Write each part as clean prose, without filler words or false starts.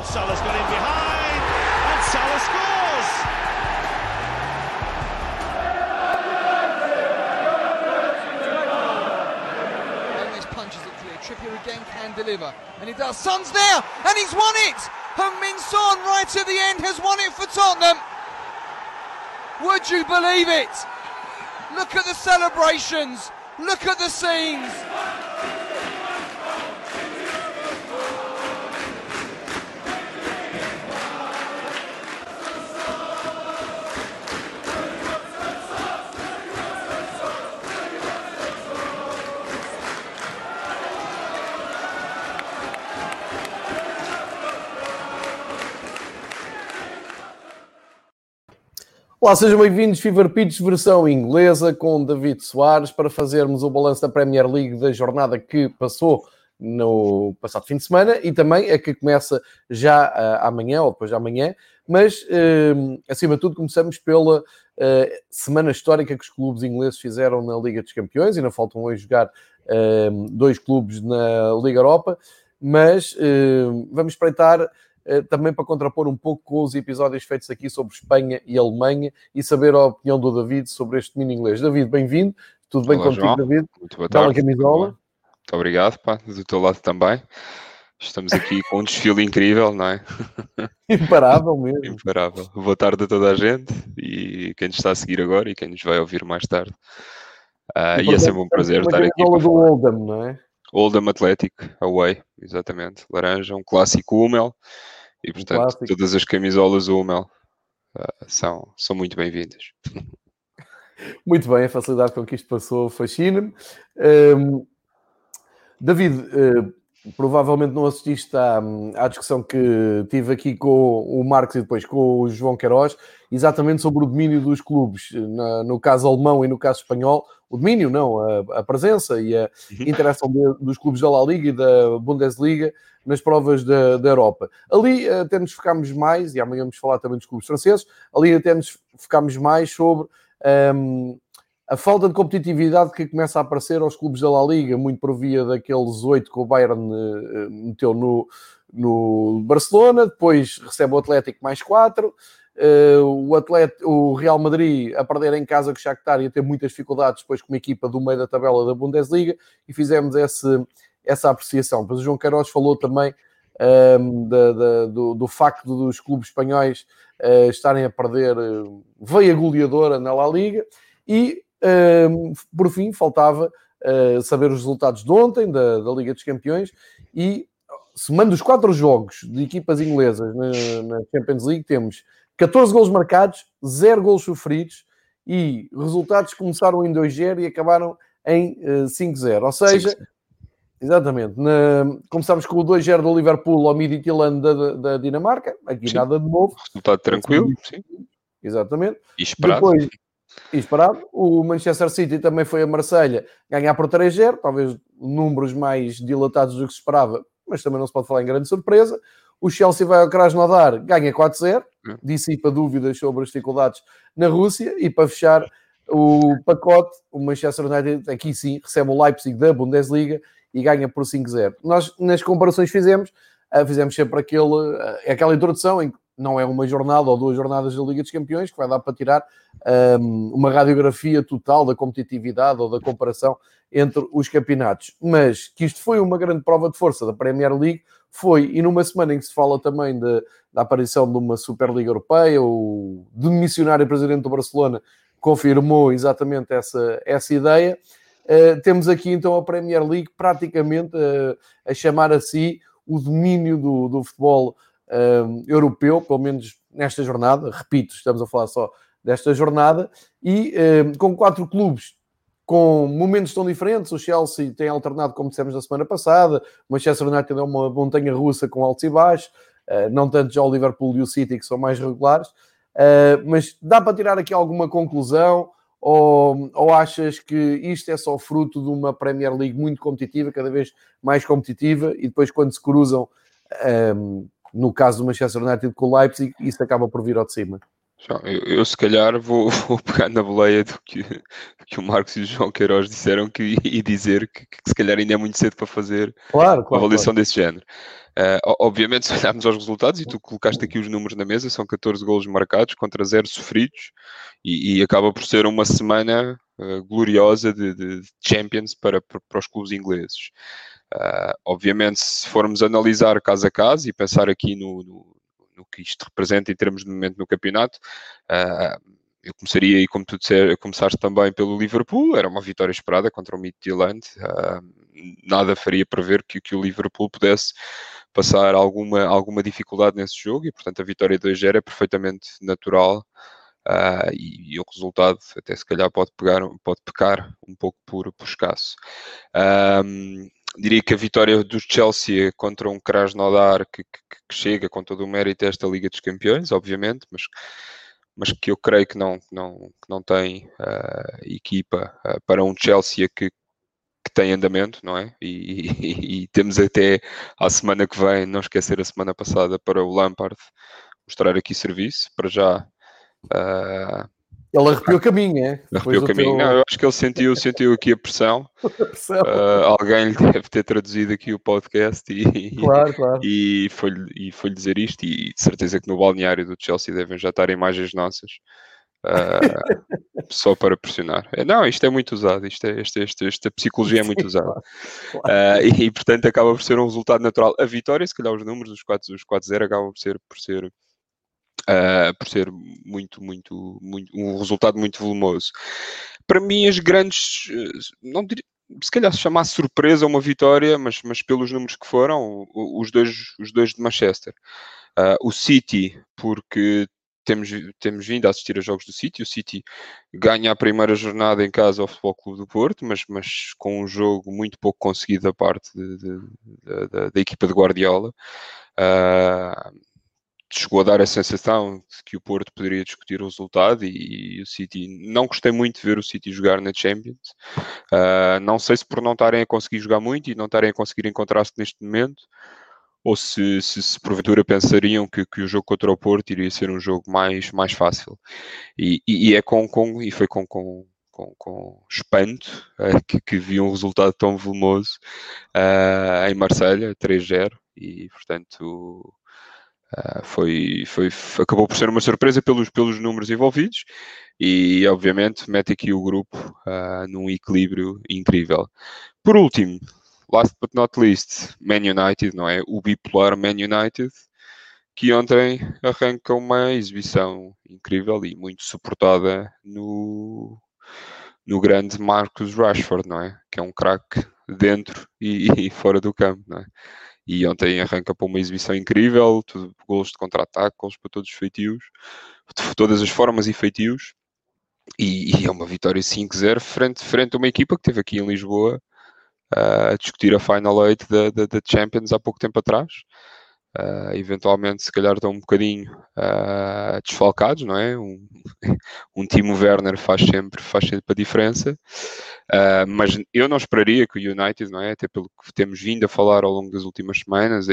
Salah's got in behind, and Salah scores! Gomez punches it clear. Trippier again can deliver, and he does. Son's there, and he's won it! Heung-min Son, right at the end, has won it for Tottenham. Would you believe it? Look at the celebrations. Look at the scenes. Olá, sejam bem-vindos, Fever Pitch, versão inglesa, com David Soares, para fazermos o balanço da Premier League da jornada que passou no passado fim de semana e também a que começa já amanhã, ou depois de amanhã, mas, acima de tudo, começamos pela semana histórica que os clubes ingleses fizeram na Liga dos Campeões. Ainda faltam hoje jogar dois clubes na Liga Europa, mas vamos espreitar também para contrapor um pouco com os episódios feitos aqui sobre Espanha e Alemanha e saber a opinião do David sobre este domínio inglês. David, bem-vindo. Tudo bem contigo, João? David? Muito boa tarde. Bela camisola. Muito obrigado, pá. Do teu lado também. Estamos aqui com um desfile incrível, não é? Imparável mesmo. Imparável. Boa tarde a toda a gente e quem nos está a seguir agora e quem nos vai ouvir mais tarde. E é sempre um prazer estar aqui. A do Oldham, não é? Oldham Athletic, away, exatamente. Laranja, um clássico Hummel. E, portanto, todas as camisolas Hummel são muito bem-vindas. Muito bem, a facilidade com que isto passou fascina-me. David, provavelmente não assististe à discussão que tive aqui com o Marcos e depois com o João Queiroz, exatamente sobre o domínio dos clubes, no caso alemão e no caso espanhol. O domínio, não, a presença e a interação dos clubes da La Liga e da Bundesliga nas provas da Europa. Ali até nos focámos mais, e amanhã vamos falar também dos clubes franceses, ali até nos focámos mais sobre a falta de competitividade que começa a aparecer aos clubes da La Liga, muito por via daqueles 8 que o Bayern meteu no Barcelona, depois recebe o Atlético mais 4, o Real Madrid a perder em casa com o Shakhtar e a ter muitas dificuldades depois com uma equipa do meio da tabela da Bundesliga, e fizemos essa apreciação. Depois o João Queiroz falou também do facto dos clubes espanhóis estarem a perder veia goleadora na La Liga e, por fim, faltava saber os resultados de ontem da Liga dos Campeões e, somando os 4 jogos de equipas inglesas na Champions League, temos 14 golos marcados, 0 golos sofridos e resultados que começaram em 2-0 e acabaram em 5-0. Ou seja, exatamente, começámos com o 2-0 do Liverpool ao Midtjylland da Dinamarca, aqui sim, nada de novo. Resultado tranquilo, sim. Exatamente. E esperado. Depois, esperado, o Manchester City também foi a Marselha ganhar por 3-0, talvez números mais dilatados do que se esperava, mas também não se pode falar em grande surpresa. O Chelsea vai ao Krasnodar, ganha 4-0, dissipa dúvidas sobre as dificuldades na Rússia, e para fechar o pacote, o Manchester United, aqui sim, recebe o Leipzig da Bundesliga e ganha por 5-0. Nós, nas comparações fizemos sempre aquela introdução em que não é uma jornada ou 2 jornadas da Liga dos Campeões que vai dar para tirar uma radiografia total da competitividade ou da comparação entre os campeonatos. Mas que isto foi uma grande prova de força da Premier League, foi, e numa semana em que se fala também da aparição de uma Superliga Europeia, o demissionário presidente do Barcelona confirmou exatamente essa ideia. Temos aqui então a Premier League praticamente a chamar a si o domínio do futebol europeu, pelo menos nesta jornada. Repito, estamos a falar só desta jornada, e com 4 clubes com momentos tão diferentes. O Chelsea tem alternado, como dissemos na semana passada, o Manchester United é uma montanha russa com altos e baixos, não tanto já o Liverpool e o City, que são mais regulares, mas dá para tirar aqui alguma conclusão, ou achas que isto é só fruto de uma Premier League muito competitiva, cada vez mais competitiva, e depois quando se cruzam, no caso do Manchester United com o Leipzig, isso acaba por vir ao de cima? Eu se calhar vou pegar na boleia do que o Marcos e o João Queiroz disseram e dizer que se calhar ainda é muito cedo para fazer uma avaliação desse género. Obviamente, se olharmos aos resultados, e tu colocaste aqui os números na mesa, são 14 golos marcados contra 0 sofridos, e acaba por ser uma semana gloriosa de Champions para os clubes ingleses. Obviamente, se formos analisar caso a caso e pensar aqui no que isto representa em termos de momento no campeonato, eu começaria, e como tu começaste também pelo Liverpool, era uma vitória esperada contra o Midtjylland. Nada faria prever que o Liverpool pudesse passar alguma dificuldade nesse jogo, e portanto a vitória 2-0 é perfeitamente natural. E o resultado até se calhar pode pecar um pouco por escasso. Diria que a vitória do Chelsea contra um Krasnodar que chega com todo o mérito a esta Liga dos Campeões, obviamente, mas que eu creio que não tem equipa para um Chelsea que tem andamento, não é? E temos até à semana que vem, não esquecer a semana passada, para o Lampard mostrar aqui serviço. Para já ele arrepiou o caminho, é? Arrepiou o caminho. Não, eu acho que ele sentiu aqui a pressão. Alguém lhe deve ter traduzido aqui o podcast claro. E foi-lhe dizer isto, e de certeza que no balneário do Chelsea devem já estar imagens nossas só para pressionar. Não, isto é muito usado, esta psicologia é muito usada. Claro. E portanto acaba por ser um resultado natural. A vitória, se calhar os números, os 4-0 acabam por ser muito, um resultado muito volumoso. Para mim, as grandes, não diria, se calhar se chamasse surpresa uma vitória, mas pelos números que foram, os dois de Manchester. O City, porque temos vindo a assistir a jogos do City. O City ganha a primeira jornada em casa ao Futebol Clube do Porto, mas com um jogo muito pouco conseguido da parte da equipa de Guardiola. Chegou a dar a sensação de que o Porto poderia discutir o resultado, e o City, não gostei muito de ver o City jogar na Champions. Não sei se por não estarem a conseguir jogar muito e não estarem a conseguir encontrar-se neste momento, ou se porventura pensariam que o jogo contra o Porto iria ser um jogo mais fácil. E foi com espanto que vi um resultado tão volumoso em Marselha, 3-0, e portanto acabou por ser uma surpresa pelos números envolvidos, e obviamente mete aqui o grupo num equilíbrio incrível. Por último, last but not least, Man United, não é? O bipolar Man United, que ontem arranca uma exibição incrível e muito suportada no grande Marcus Rashford, não é? Que é um craque dentro e fora do campo, não é? E ontem arranca para uma exibição incrível, golos de contra-ataque, golos para todos os feitios, de todas as formas e feitios, e é uma vitória 5-0 frente a uma equipa que esteve aqui em Lisboa a discutir a Final 8 da Champions há pouco tempo atrás. Eventualmente, se calhar, estão um bocadinho desfalcados, não é? Um Timo Werner faz sempre a diferença. Mas eu não esperaria que o United, não é? Até pelo que temos vindo a falar ao longo das últimas semanas,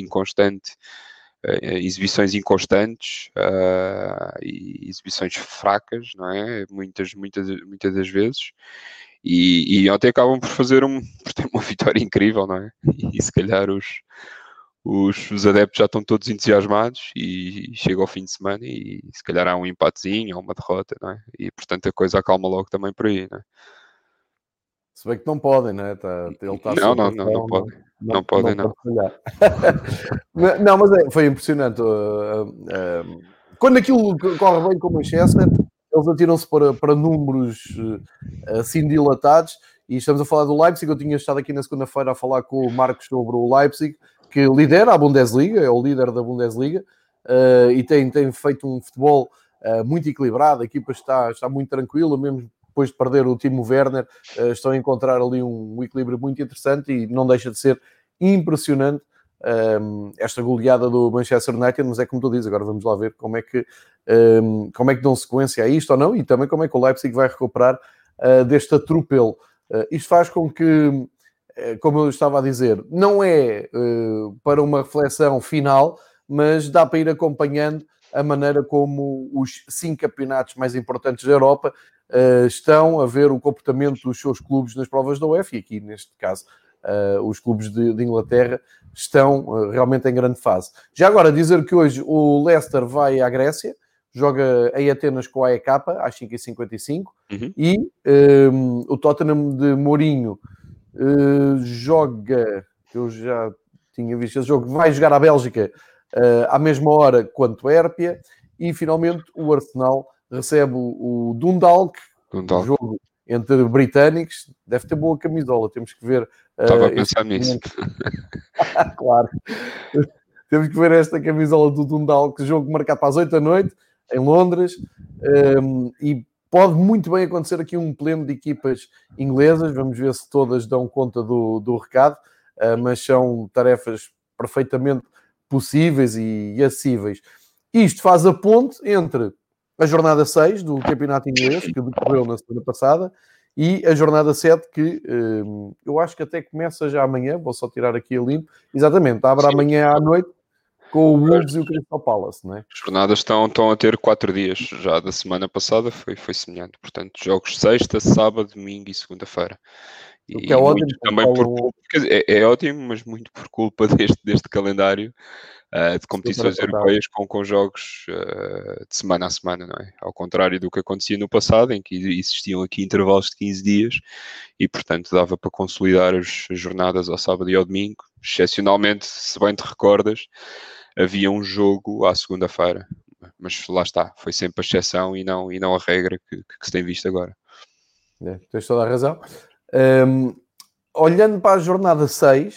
exibições inconstantes e exibições fracas, não é? Muitas das vezes. E ontem acabam por ter uma vitória incrível, não é? E se calhar os adeptos já estão todos entusiasmados, e chega ao fim de semana e se calhar há um empatezinho ou uma derrota, não é? E portanto a coisa acalma logo também por aí, não é? Se bem que não podem, não é? Ele está não podem. Não podem. Não, mas foi impressionante. Quando aquilo corre bem com o Manchester, eles atiram-se para números assim dilatados, e estamos a falar do Leipzig. Eu tinha estado aqui na segunda-feira a falar com o Marcos sobre o Leipzig, que lidera a Bundesliga, é o líder da Bundesliga, e tem feito um futebol muito equilibrado. A equipa está muito tranquila, mesmo depois de perder o Timo Werner, estão a encontrar ali um equilíbrio muito interessante, e não deixa de ser impressionante esta goleada do Manchester United. Mas é como tu dizes, agora vamos lá ver como é que dão sequência a isto ou não, e também como é que o Leipzig vai recuperar deste atropelo. Isto faz com que, como eu estava a dizer, não é para uma reflexão final, mas dá para ir acompanhando a maneira como os 5 campeonatos mais importantes da Europa estão a ver o comportamento dos seus clubes nas provas da UEFA, e aqui neste caso os clubes de Inglaterra estão realmente em grande fase. Já agora, dizer que hoje o Leicester vai à Grécia, joga em Atenas com a AEK às 5h55, e o Tottenham de Mourinho joga, eu já tinha visto esse jogo, vai jogar à Bélgica à mesma hora quanto a Érpia, e finalmente o Arsenal recebe o Dundalk. Jogo entre britânicos, deve ter boa camisola, temos que ver. Estava a pensar nisso. Claro. Temos que ver esta camisola do Dundalk, jogo marcado para as 8 da noite, em Londres, e pode muito bem acontecer aqui um pleno de equipas inglesas, vamos ver se todas dão conta do recado, mas são tarefas perfeitamente possíveis e acessíveis. Isto faz a ponte entre a jornada 6 do Campeonato Inglês, que decorreu na semana passada, e a jornada 7, que eu acho que até começa já amanhã, vou só tirar aqui a limpo, exatamente, abre amanhã à noite, com o Wolves e o Crystal Palace, não é? As jornadas estão a ter 4 dias, já da semana passada foi semelhante, portanto, jogos sexta, sábado, domingo e segunda-feira. O que é ótimo. Também é ótimo, mas muito por culpa deste calendário de competições europeias com jogos de semana a semana, não é? Ao contrário do que acontecia no passado, em que existiam aqui intervalos de 15 dias e, portanto, dava para consolidar as jornadas ao sábado e ao domingo. Excepcionalmente, se bem te recordas, havia um jogo à segunda-feira, mas lá está, foi sempre a exceção e não a regra que se tem visto agora. Tens toda a razão. Olhando para a jornada 6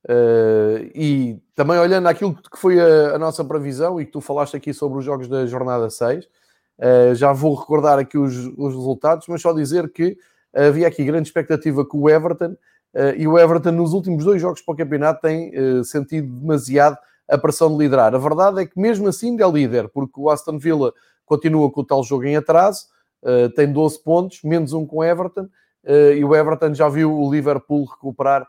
e também olhando aquilo que foi a nossa previsão e que tu falaste aqui sobre os jogos da jornada 6, já vou recordar aqui os resultados, mas só dizer que havia aqui grande expectativa com o Everton, e o Everton nos últimos 2 jogos para o campeonato tem sentido demasiado a pressão de liderar. A verdade é que mesmo assim é líder, porque o Aston Villa continua com o tal jogo em atraso, tem 12 pontos, menos um com o Everton, e o Everton já viu o Liverpool recuperar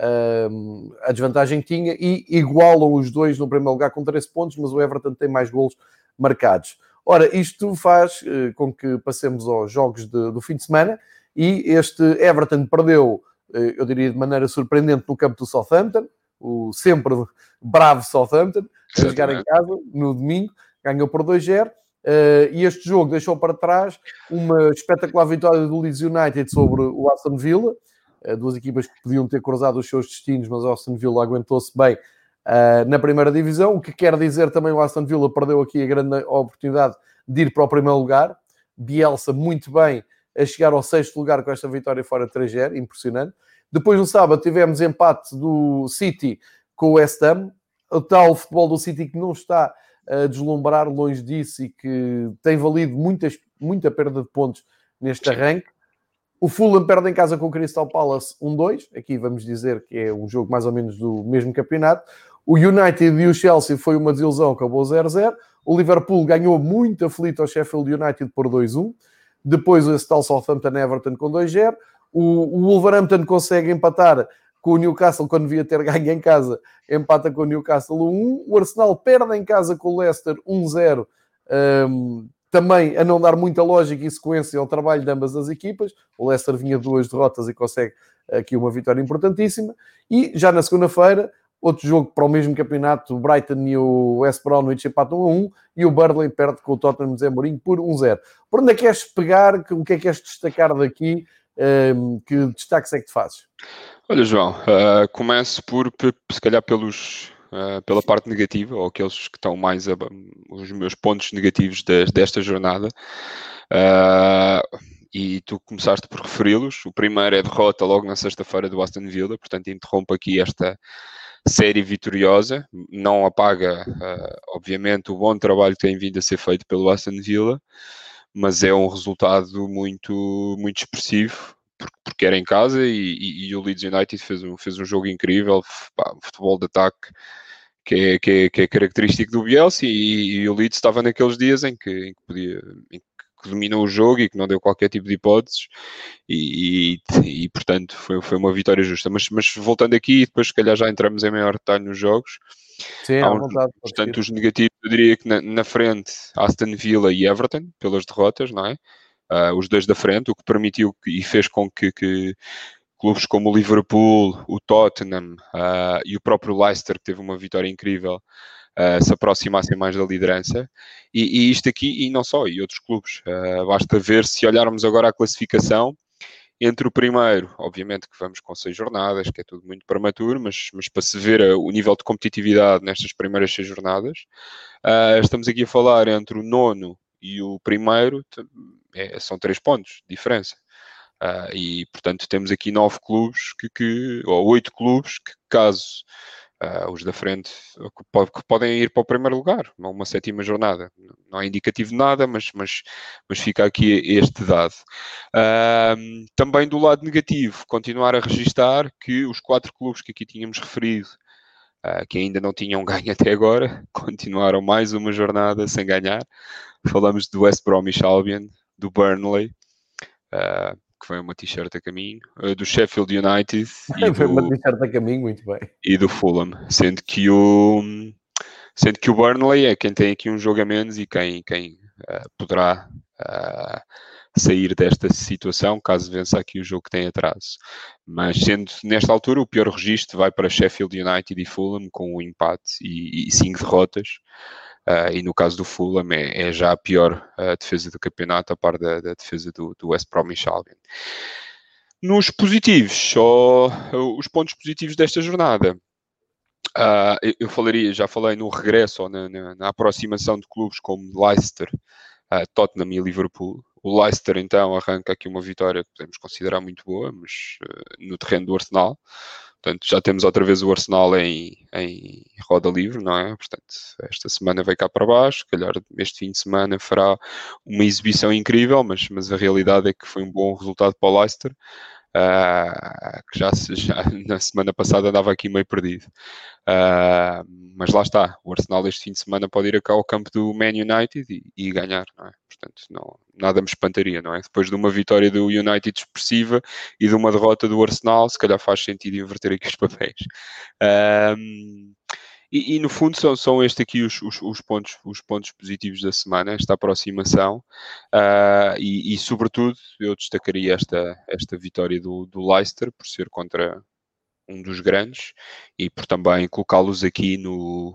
a desvantagem que tinha e igualam os dois no primeiro lugar com 13 pontos, mas o Everton tem mais golos marcados. Ora, isto faz com que passemos aos jogos do fim de semana, e este Everton perdeu, eu diria de maneira surpreendente, no campo do Southampton, o sempre bravo Southampton, a jogar em casa no domingo, ganhou por 2-0. E este jogo deixou para trás uma espetacular vitória do Leeds United sobre o Aston Villa, 2 equipas que podiam ter cruzado os seus destinos, mas o Aston Villa aguentou-se bem na primeira divisão, o que quer dizer também o Aston Villa perdeu aqui a grande oportunidade de ir para o primeiro lugar. Bielsa muito bem a chegar ao 6º lugar com esta vitória fora de 3-0, impressionante. Depois no sábado tivemos empate do City com o West Ham, o tal futebol do City que não está a deslumbrar, longe disso, e que tem valido muita perda de pontos neste arranque. O Fulham perde em casa com o Crystal Palace 1-2, aqui vamos dizer que é um jogo mais ou menos do mesmo campeonato. O United e o Chelsea foi uma desilusão, acabou 0-0. O Liverpool ganhou muito aflito ao Sheffield United por 2-1. Depois o tal Southampton Everton com 2-0. O Wolverhampton consegue empatar com o Newcastle quando devia ter ganho em casa, empata com o Newcastle 1-1. O Arsenal perde em casa com o Leicester 1-0, também a não dar muita lógica e sequência ao trabalho de ambas as equipas. O Leicester vinha de 2 derrotas e consegue aqui uma vitória importantíssima. E já na segunda-feira, outro jogo para o mesmo campeonato, o Brighton e o West Bromwich empatam 1-1, e o Burnley perde com o Tottenham de Mourinho por 1-0. Por onde é que queres pegar? O que é que queres destacar daqui? Que destaques é que te fazes? Olha, João, começo se calhar pela parte negativa, ou aqueles que estão mais os meus pontos negativos desta jornada, e tu começaste por referi-los. O primeiro é a derrota logo na sexta-feira do Aston Villa, portanto interrompo aqui esta série vitoriosa, não apaga, obviamente, o bom trabalho que tem vindo a ser feito pelo Aston Villa, mas é um resultado muito, muito expressivo, porque era em casa, e o Leeds United fez um jogo incrível, futebol de ataque que é característico do Bielsa, e o Leeds estava naqueles dias em que dominou o jogo e que não deu qualquer tipo de hipóteses, e portanto foi uma vitória justa. Mas voltando aqui, depois se calhar já entramos em maior detalhe nos jogos. Sim, à vontade. Portanto, os negativos, eu diria que na frente, Aston Villa e Everton, pelas derrotas, não é? Os dois da frente, o que permitiu e fez com que clubes como o Liverpool, o Tottenham e o próprio Leicester, que teve uma vitória incrível, se aproximassem mais da liderança, e isto aqui, e não só, e outros clubes. Basta ver, se olharmos agora a classificação, entre o primeiro, obviamente que vamos com 6 jornadas, que é tudo muito prematuro, mas para se ver o nível de competitividade nestas primeiras 6 jornadas, estamos aqui a falar entre o nono e o primeiro, são 3 pontos de diferença. E, portanto, temos aqui 9 clubes, ou 8 clubes, que caso os da frente que podem ir para o primeiro lugar, uma 7ª jornada. Não é indicativo de nada, mas fica aqui este dado. Também do lado negativo, continuar a registar que os 4 clubes que aqui tínhamos referido, que ainda não tinham ganho até agora, continuaram mais uma jornada sem ganhar. Falamos do West Bromwich Albion, do Burnley, que foi uma t-shirt a caminho, do Sheffield United Foi uma t-shirt a caminho, muito bem. E do Fulham, sendo que o Burnley é quem tem aqui um jogo a menos e quem poderá sair desta situação caso vença aqui o jogo que tem atraso. Mas sendo nesta altura o pior registro vai para Sheffield United e Fulham com um empate e 5 derrotas. E no caso do Fulham é já a pior defesa do campeonato, a par da defesa do West Bromwich Albion. Nos positivos, só os pontos positivos desta jornada. Já falei no regresso ou na aproximação de clubes como Leicester, Tottenham e Liverpool. O Leicester então arranca aqui uma vitória que podemos considerar muito boa, mas no terreno do Arsenal. Portanto, já temos outra vez o Arsenal em roda livre, não é? Portanto, esta semana vai cá para baixo, se calhar este fim de semana fará uma exibição incrível, mas a realidade é que foi um bom resultado para o Leicester, que já na semana passada andava aqui meio perdido. Mas lá está, o Arsenal este fim de semana pode ir ao campo do Man United e ganhar, não é? Portanto, nada me espantaria, não é? Depois de uma vitória do United expressiva e de uma derrota do Arsenal, se calhar faz sentido inverter aqui os papéis. E no fundo são estes aqui os pontos positivos da semana, esta aproximação, e sobretudo eu destacaria esta vitória do Leicester por ser contra um dos grandes e por também colocá-los aqui no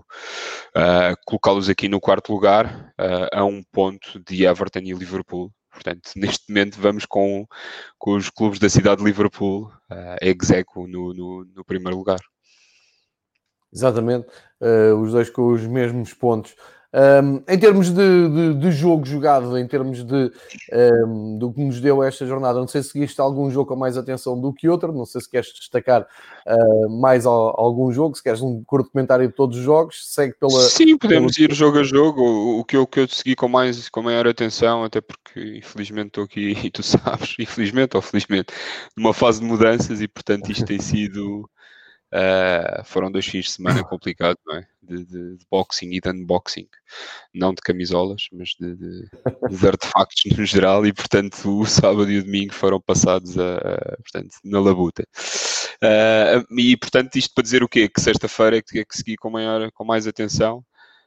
quarto lugar, a um ponto de Everton e Liverpool. Portanto, neste momento vamos com os clubes da cidade de Liverpool ex aequo no primeiro lugar. Exatamente, os dois com os mesmos pontos. Em termos de jogo jogado, em termos do que nos deu esta jornada, não sei se seguiste algum jogo com mais atenção do que outro, não sei se queres destacar mais algum jogo, se queres um curto comentário de todos os jogos, segue pela... Sim, podemos ir jogo a jogo, o que eu segui com maior atenção, até porque infelizmente estou aqui, e tu sabes, infelizmente ou felizmente, numa fase de mudanças e portanto isto tem sido... foram 2 fins de semana complicados, não é? De boxing e de unboxing, não de camisolas, mas de artefactos no geral, e portanto o sábado e o domingo foram passados portanto, na labuta. E portanto isto para dizer o quê? Que sexta-feira é que segui com mais atenção,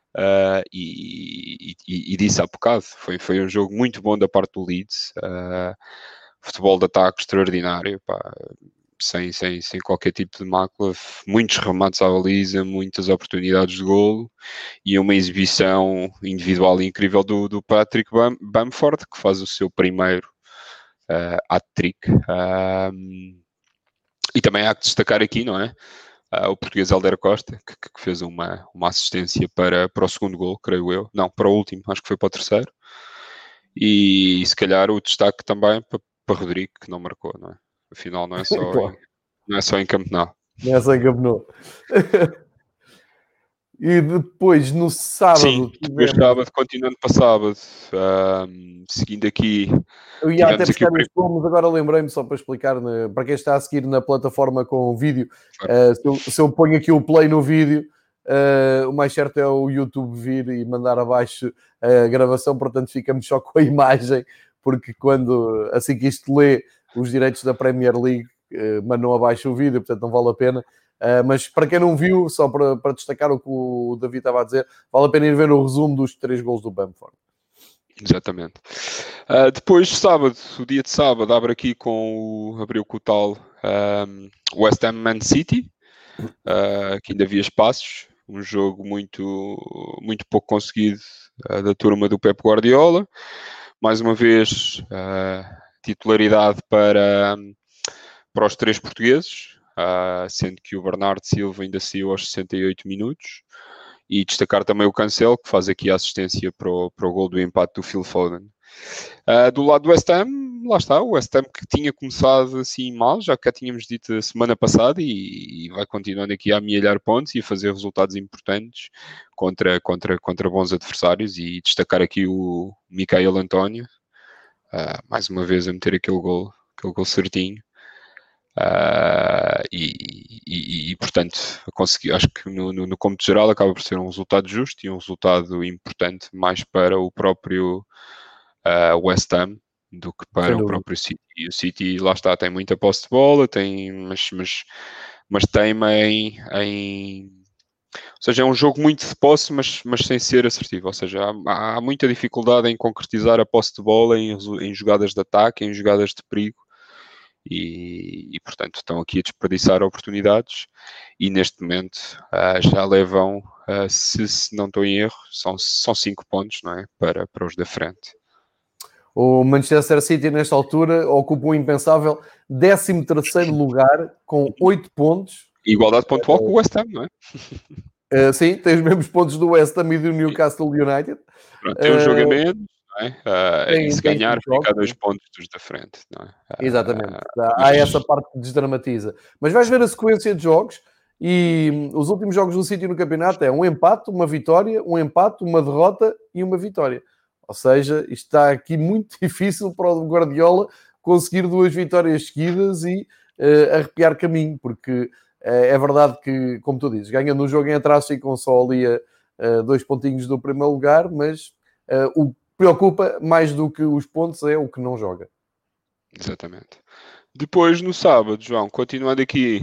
e disse há bocado, foi um jogo muito bom da parte do Leeds, futebol de ataque extraordinário, pá. Sem qualquer tipo de mácula, muitos remates à baliza, muitas oportunidades de golo e uma exibição individual incrível do Patrick Bamford, que faz o seu primeiro hat-trick. E também há que destacar aqui, não é? O português Helder Costa, que fez uma assistência para o segundo golo, creio eu. Não, para o último, acho que foi para o terceiro. E se calhar o destaque também para Rodrigo, que não marcou, não é? Afinal, não é só em Camp Nou. Não é só em Camp Nou. E depois, no sábado... Sim, depois sábado, continuando para sábado, seguindo aqui... Eu ia até buscar os pomos, agora lembrei-me só para explicar, para quem está a seguir na plataforma com o vídeo, se eu ponho aqui o play no vídeo, o mais certo é o YouTube vir e mandar abaixo a gravação, portanto ficamos só com a imagem, porque assim que isto lê os direitos da Premier League, mandam abaixo o vídeo, portanto não vale a pena. Mas para quem não viu, só para destacar o que o David estava a dizer, vale a pena ir ver o resumo dos 3 gols do Bamford. Exatamente. Depois, sábado, o dia de sábado, abriu com o tal West Ham Man City, que ainda havia espaços, um jogo muito pouco conseguido da turma do Pep Guardiola. Mais uma vez, titularidade para os 3 portugueses, sendo que o Bernardo Silva ainda saiu aos 68 minutos. E destacar também o Cancelo, que faz aqui a assistência para o gol do empate do Phil Foden. Do lado do West Ham, lá está, o West Ham que tinha começado assim mal, já que já tínhamos dito a semana passada, e vai continuando aqui a amealhar pontos e a fazer resultados importantes contra bons adversários, e destacar aqui o Michael António, mais uma vez a meter aquele gol certinho. E portanto, acho que no cômputo geral acaba por ser um resultado justo e um resultado importante mais para o próprio West Ham do que para o próprio City. E o City, lá está, tem muita posse de bola, mas teima em ou seja, é um jogo muito de posse, mas sem ser assertivo. Ou seja, há muita dificuldade em concretizar a posse de bola em jogadas de ataque, em jogadas de perigo. E portanto estão aqui a desperdiçar oportunidades, e neste momento já levam, se não estou em erro, são 5 pontos, não é? para os da frente. O Manchester City nesta altura ocupa um impensável 13º lugar com 8 pontos. Igualdade pontual com o West Ham, não é? Sim, tem os mesmos pontos do West Ham e do Newcastle United. Pronto, tem um jogo a menos. E se ganhar, fica a 2 pontos dos da frente, não é? Exatamente, há essa parte que desdramatiza. Mas vais ver a sequência de jogos, e os últimos jogos do City no campeonato é um empate, uma vitória, um empate, uma derrota e uma vitória. Ou seja, isto está aqui muito difícil para o Guardiola conseguir 2 vitórias seguidas e arrepiar caminho, porque é verdade que, como tu dizes, ganhando um jogo em atraso, ficam só ali a 2 pontinhos do primeiro lugar, mas o preocupa mais do que os pontos é o que não joga. Exatamente. Depois, no sábado, João, continuando aqui,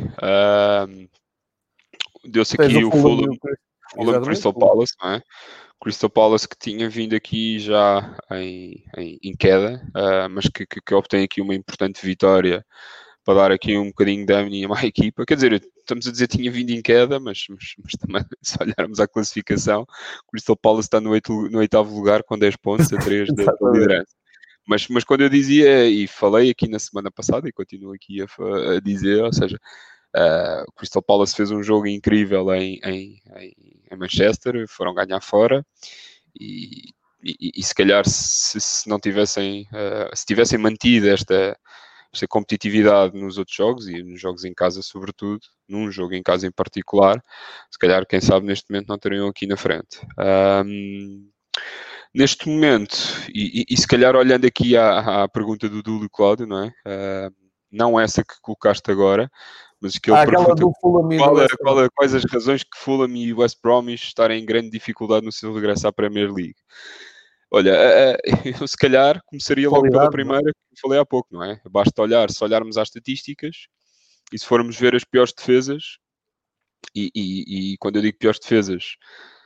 deu-se aqui o Fulham Crystal Palace, não é? Crystal Palace que tinha vindo aqui já em queda, mas que obtém aqui uma importante vitória para dar aqui um bocadinho de ânimo à equipa. Quer dizer, estamos a dizer que tinha vindo em queda, mas também, se olharmos à classificação, o Crystal Palace está no 8º lugar com 10 pontos a 3 da liderança. Mas quando eu dizia, e falei aqui na semana passada, e continuo aqui a dizer, ou seja, o Crystal Palace fez um jogo incrível em Manchester, foram ganhar fora, e se calhar se não tivessem, se tivessem mantido esta competitividade nos outros jogos, e nos jogos em casa sobretudo, num jogo em casa em particular, se calhar, quem sabe, neste momento não teriam aqui na frente. Neste momento, e se calhar olhando aqui à pergunta do Dúlio Cláudio, não é? Não essa que colocaste agora, mas que ele pergunta quais as razões que Fulham e West Bromwich estarem em grande dificuldade no seu regresso à Premier League. Olha, eu se calhar começaria logo pela primeira que falei há pouco, não é? Basta olhar, se olharmos às estatísticas e se formos ver as piores defesas, e quando eu digo piores defesas,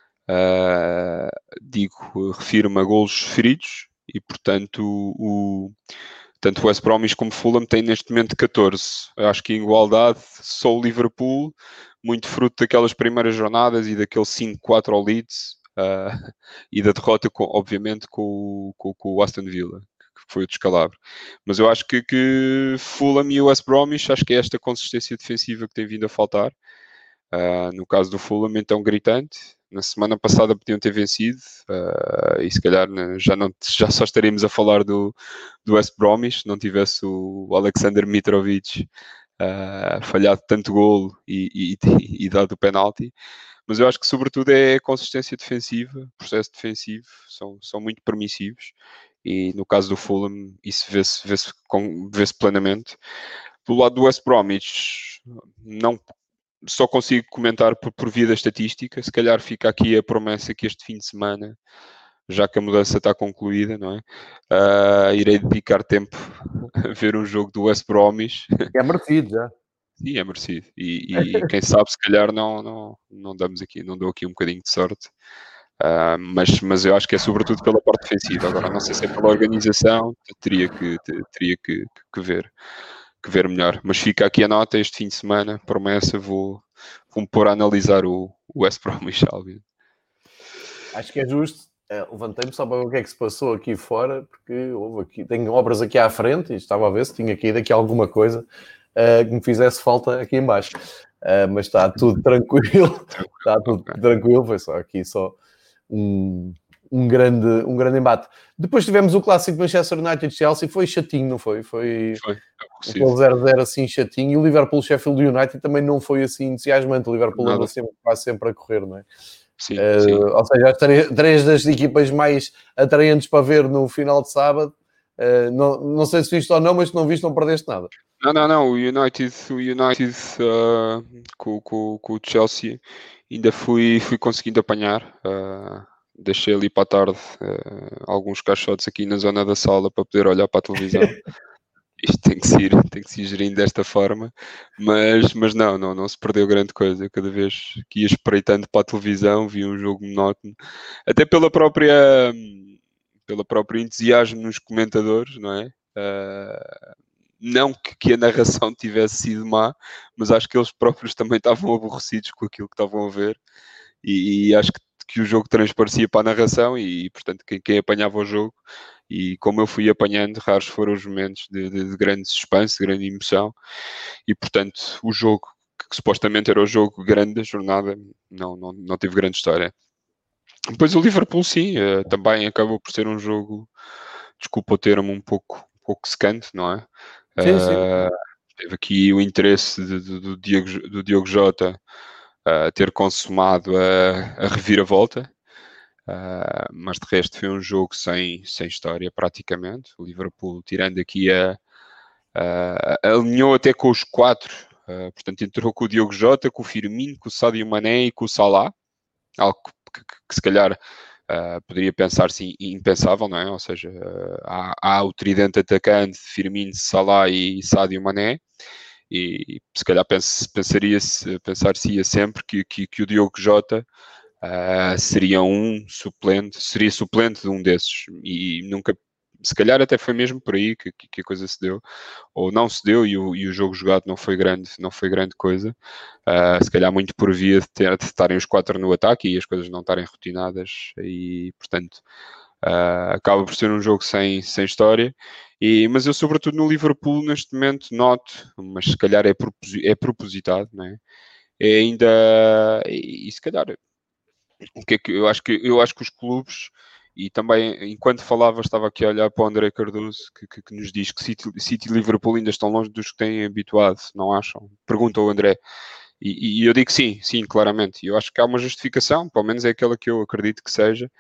refiro-me a golos feridos, e portanto tanto o West Bromwich como o Fulham têm neste momento 14. Eu acho que em igualdade só o Liverpool, muito fruto daquelas primeiras jornadas e daquele 5-4 ao Leeds, e da derrota, obviamente, com o Aston Villa, que foi o descalabro. Mas eu acho que Fulham e o West Bromwich, acho que é esta consistência defensiva que tem vindo a faltar. No caso do Fulham, então, gritante. Na semana passada podiam ter vencido, e se calhar já só estaríamos a falar do West Bromwich, se não tivesse o Alexander Mitrovic falhado tanto golo e dado o penalti. Mas eu acho que, sobretudo, é a consistência defensiva, o processo defensivo, são muito permissivos, e no caso do Fulham isso vê-se plenamente. Do lado do West Bromwich, não só consigo comentar por via da estatística. Se calhar fica aqui a promessa que este fim de semana, já que a mudança está concluída, não é? Irei dedicar tempo a ver um jogo do West Bromwich. É merecido já. Sim, é merecido. E quem sabe, se calhar não dou aqui um bocadinho de sorte. Mas eu acho que é sobretudo pela parte defensiva. Agora, não sei se é pela organização, teria que ver. ver melhor. Mas fica aqui a nota, este fim de semana, promessa, vou-me pôr a analisar o West Bromwich Albion. Acho que é justo. Levantei-me só para ver o que é que se passou aqui fora, porque tenho obras aqui à frente e estava a ver se tinha caído aqui alguma coisa que me fizesse falta aqui em baixo. Mas está tudo tranquilo. Está tudo tranquilo. Foi só aqui um grande embate. Depois tivemos o clássico Manchester United-Chelsea. Foi chatinho, não foi? Foi aquele 0-0 assim chatinho. E o Liverpool-Sheffield United também não foi assim entusiasmante. O Liverpool andou quase sempre a correr, não é? Sim. Ou seja, as três das equipas mais atraentes para ver no final de sábado. Não sei se viste ou não, mas se não viste não perdeste nada. Não. O United com o Chelsea ainda fui conseguindo apanhar. Deixei ali para a tarde alguns caixotes aqui na zona da sala para poder olhar para a televisão. Isto tem que se ir gerindo desta forma, mas não se perdeu grande coisa. Cada vez que ia espreitando para a televisão, via um jogo monótono, até pelo próprio entusiasmo nos comentadores, não é? Não que a narração tivesse sido má, mas acho que eles próprios também estavam aborrecidos com aquilo que estavam a ver, e acho que o jogo transparecia para a narração, e portanto quem apanhava o jogo, e como eu fui apanhando, raros foram os momentos de grande suspense, de grande emoção, e portanto o jogo que supostamente era o jogo grande da jornada não teve grande história. Depois o Liverpool sim, também acabou por ser um jogo, desculpa o termo, um pouco secante, não é? Sim. Teve aqui o interesse do Diogo Jota ter consumado a reviravolta, mas de resto foi um jogo sem história praticamente. O Liverpool, tirando aqui alinhou até com os 4, portanto entrou com o Diogo Jota, com o Firmino, com o Sadio Mané e com o Salah, algo que se calhar poderia pensar-se impensável, não é? Ou seja, há o tridente atacante, Firmino, Salah e Sadio Mané, e se calhar pensar-se-ia sempre que o Diogo Jota seria suplente de um desses, e nunca, se calhar até foi mesmo por aí que a coisa se deu, ou não se deu, e o jogo jogado não foi grande coisa, se calhar muito por via de estarem os 4 no ataque e as coisas não estarem rotinadas, e portanto acaba por ser um jogo sem história, mas eu sobretudo no Liverpool neste momento noto, mas se calhar é propositado, não é? É ainda, e se calhar o que é que eu acho que os clubes, e também enquanto falava estava aqui a olhar para o André Cardoso que nos diz que City e Liverpool ainda estão longe dos que têm habituado, não acham? Pergunta o André, e eu digo sim, claramente, e eu acho que há uma justificação, pelo menos é aquela que eu acredito que seja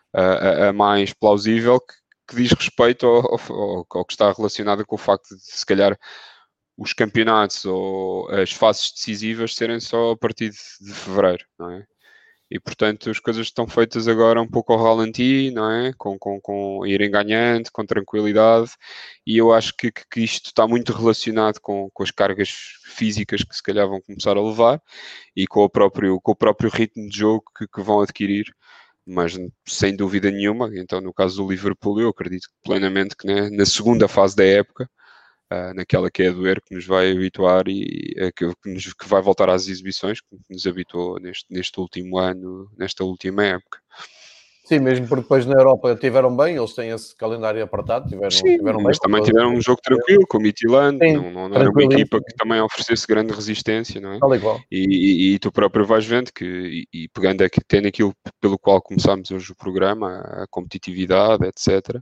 a mais plausível, que diz respeito ao que está relacionado com o facto de se calhar os campeonatos ou as fases decisivas serem só a partir de fevereiro, não é? E portanto as coisas estão feitas agora um pouco ao ralenti, não é? Com irem ganhando, com tranquilidade, e eu acho que isto está muito relacionado com as cargas físicas que se calhar vão começar a levar, e com o próprio ritmo de jogo que vão adquirir, mas sem dúvida nenhuma. Então no caso do Liverpool eu acredito plenamente que na segunda fase da época, naquela que é a doer, que nos vai habituar e que vai voltar às exibições que nos habituou neste último ano, nesta última época. Sim, mesmo porque depois na Europa tiveram bem, eles têm esse calendário apertado, tiveram mas bem, também tiveram um jogo tranquilo com o Midtjylland, não era uma equipa que também oferecesse grande resistência, não é? Tal e qual. E tu próprio vais vendo que, e pegando tendo aquilo pelo qual começámos hoje o programa, a competitividade, etc.,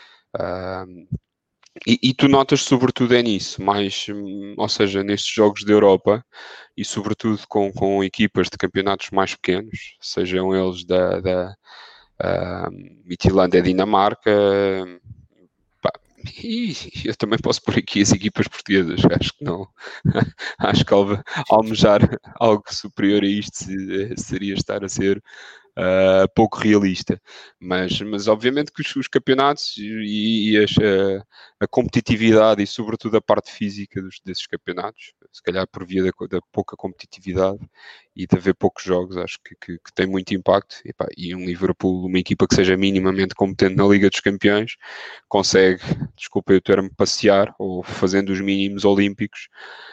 e tu notas sobretudo nisso, ou seja, nestes jogos da Europa, e sobretudo com equipas de campeonatos mais pequenos, sejam eles da Midtjylland é Dinamarca, e eu também posso pôr aqui as equipas portuguesas, acho que não, acho que almejar algo superior a isto seria estar a ser pouco realista, mas obviamente que os campeonatos e a competitividade e sobretudo a parte física desses campeonatos se calhar por via da pouca competitividade e de haver poucos jogos, acho que tem muito impacto. E um Liverpool, uma equipa que seja minimamente competente na Liga dos Campeões, consegue, desculpa o termo, passear, ou fazendo os mínimos olímpicos,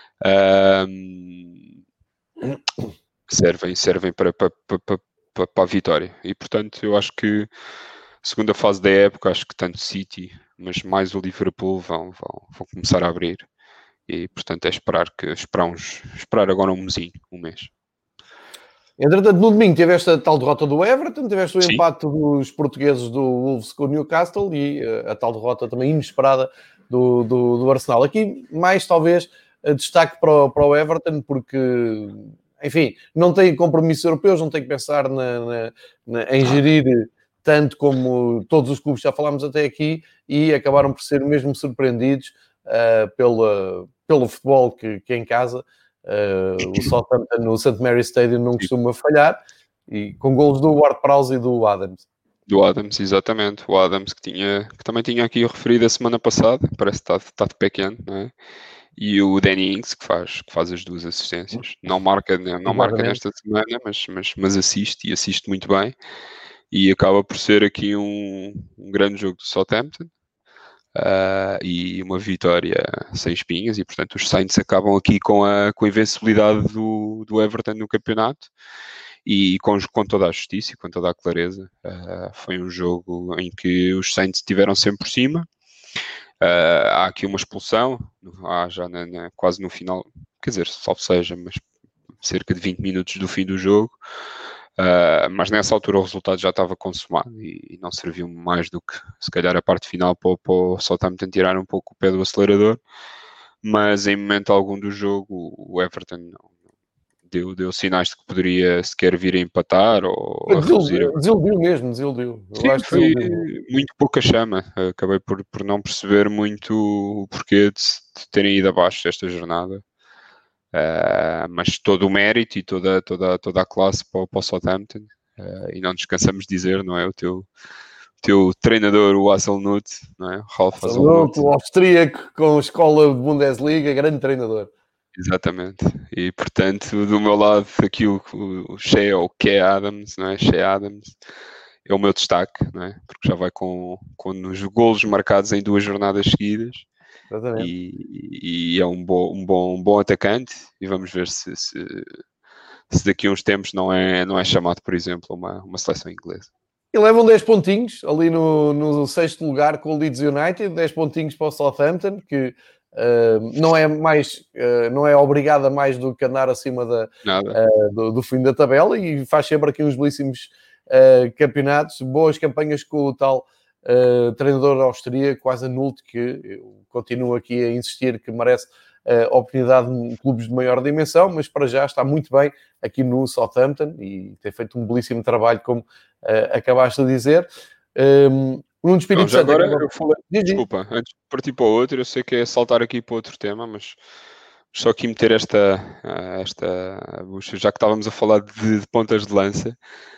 servem para a vitória. E portanto eu acho que segunda fase da época, acho que tanto City, mas mais o Liverpool vão começar a abrir. E portanto é esperar agora um mês. Entretanto, no domingo tiveste a tal derrota do Everton, tiveste o Sim. empate dos portugueses do Wolves com o Newcastle e a tal derrota também inesperada do Arsenal. Aqui mais talvez destaque para o Everton, porque enfim, não tem compromissos europeus, não tem que pensar em gerir tanto como todos os clubes que já falámos até aqui, e acabaram por ser mesmo surpreendidos pelo futebol que é em casa. O Southampton no St. Mary's Stadium não costuma falhar, e com golos do Ward-Prowse e do Adams. Do Adams, exatamente. O Adams que também tinha aqui referido a semana passada, parece que está de pequeno, não é? E o Danny Ings que faz as duas assistências. Não marca nesta semana, mas assiste muito bem. E acaba por ser aqui um grande jogo do Southampton. E uma vitória sem espinhas, e portanto os Saints acabam aqui com a invencibilidade do Everton no campeonato, e com toda a justiça e com toda a clareza. Foi um jogo em que os Saints estiveram sempre por cima. Há aqui uma expulsão, já quase no final, quer dizer, salvo seja, mas cerca de 20 minutos do fim do jogo. Mas nessa altura o resultado já estava consumado e não serviu mais do que, se calhar, a parte final para o Southampton tirar um pouco o pé do acelerador. Mas em momento algum do jogo o Everton não deu sinais de que poderia sequer vir a empatar ou a reduzir. Desiludiu. Sim, foi muito pouca chama. Acabei por não perceber muito o porquê de terem ido abaixo desta jornada. Mas todo o mérito e toda a classe para o Southampton, e não descansamos de dizer, não é? O teu treinador, o Hazelnutt, não é? Ralf Hazelnutt, o austríaco com escola de Bundesliga, grande treinador. Exatamente. E portanto, do meu lado aqui o Shea, ou Shea Adams, não é? Shea Adams é o meu destaque, não é? Porque já vai com os golos marcados em 2 jornadas seguidas. E é um bom atacante, e vamos ver se daqui a uns tempos não é chamado, por exemplo, uma seleção inglesa. E levam 10 pontinhos ali no 6º lugar com o Leeds United, 10 pontinhos para o Southampton, que não é obrigado a mais do que andar acima do fim da tabela, e faz sempre aqui uns belíssimos campeonatos, boas campanhas com o tal treinador austríaco, quase anulto, que eu continuo aqui a insistir que merece oportunidade em clubes de maior dimensão, mas para já está muito bem aqui no Southampton e tem feito um belíssimo trabalho, como acabaste de dizer. Nuno Espírito Santo. Agora desculpa, antes de partir para o outro, eu sei que é saltar aqui para outro tema, mas só aqui meter esta bucha, já que estávamos a falar de pontas de lança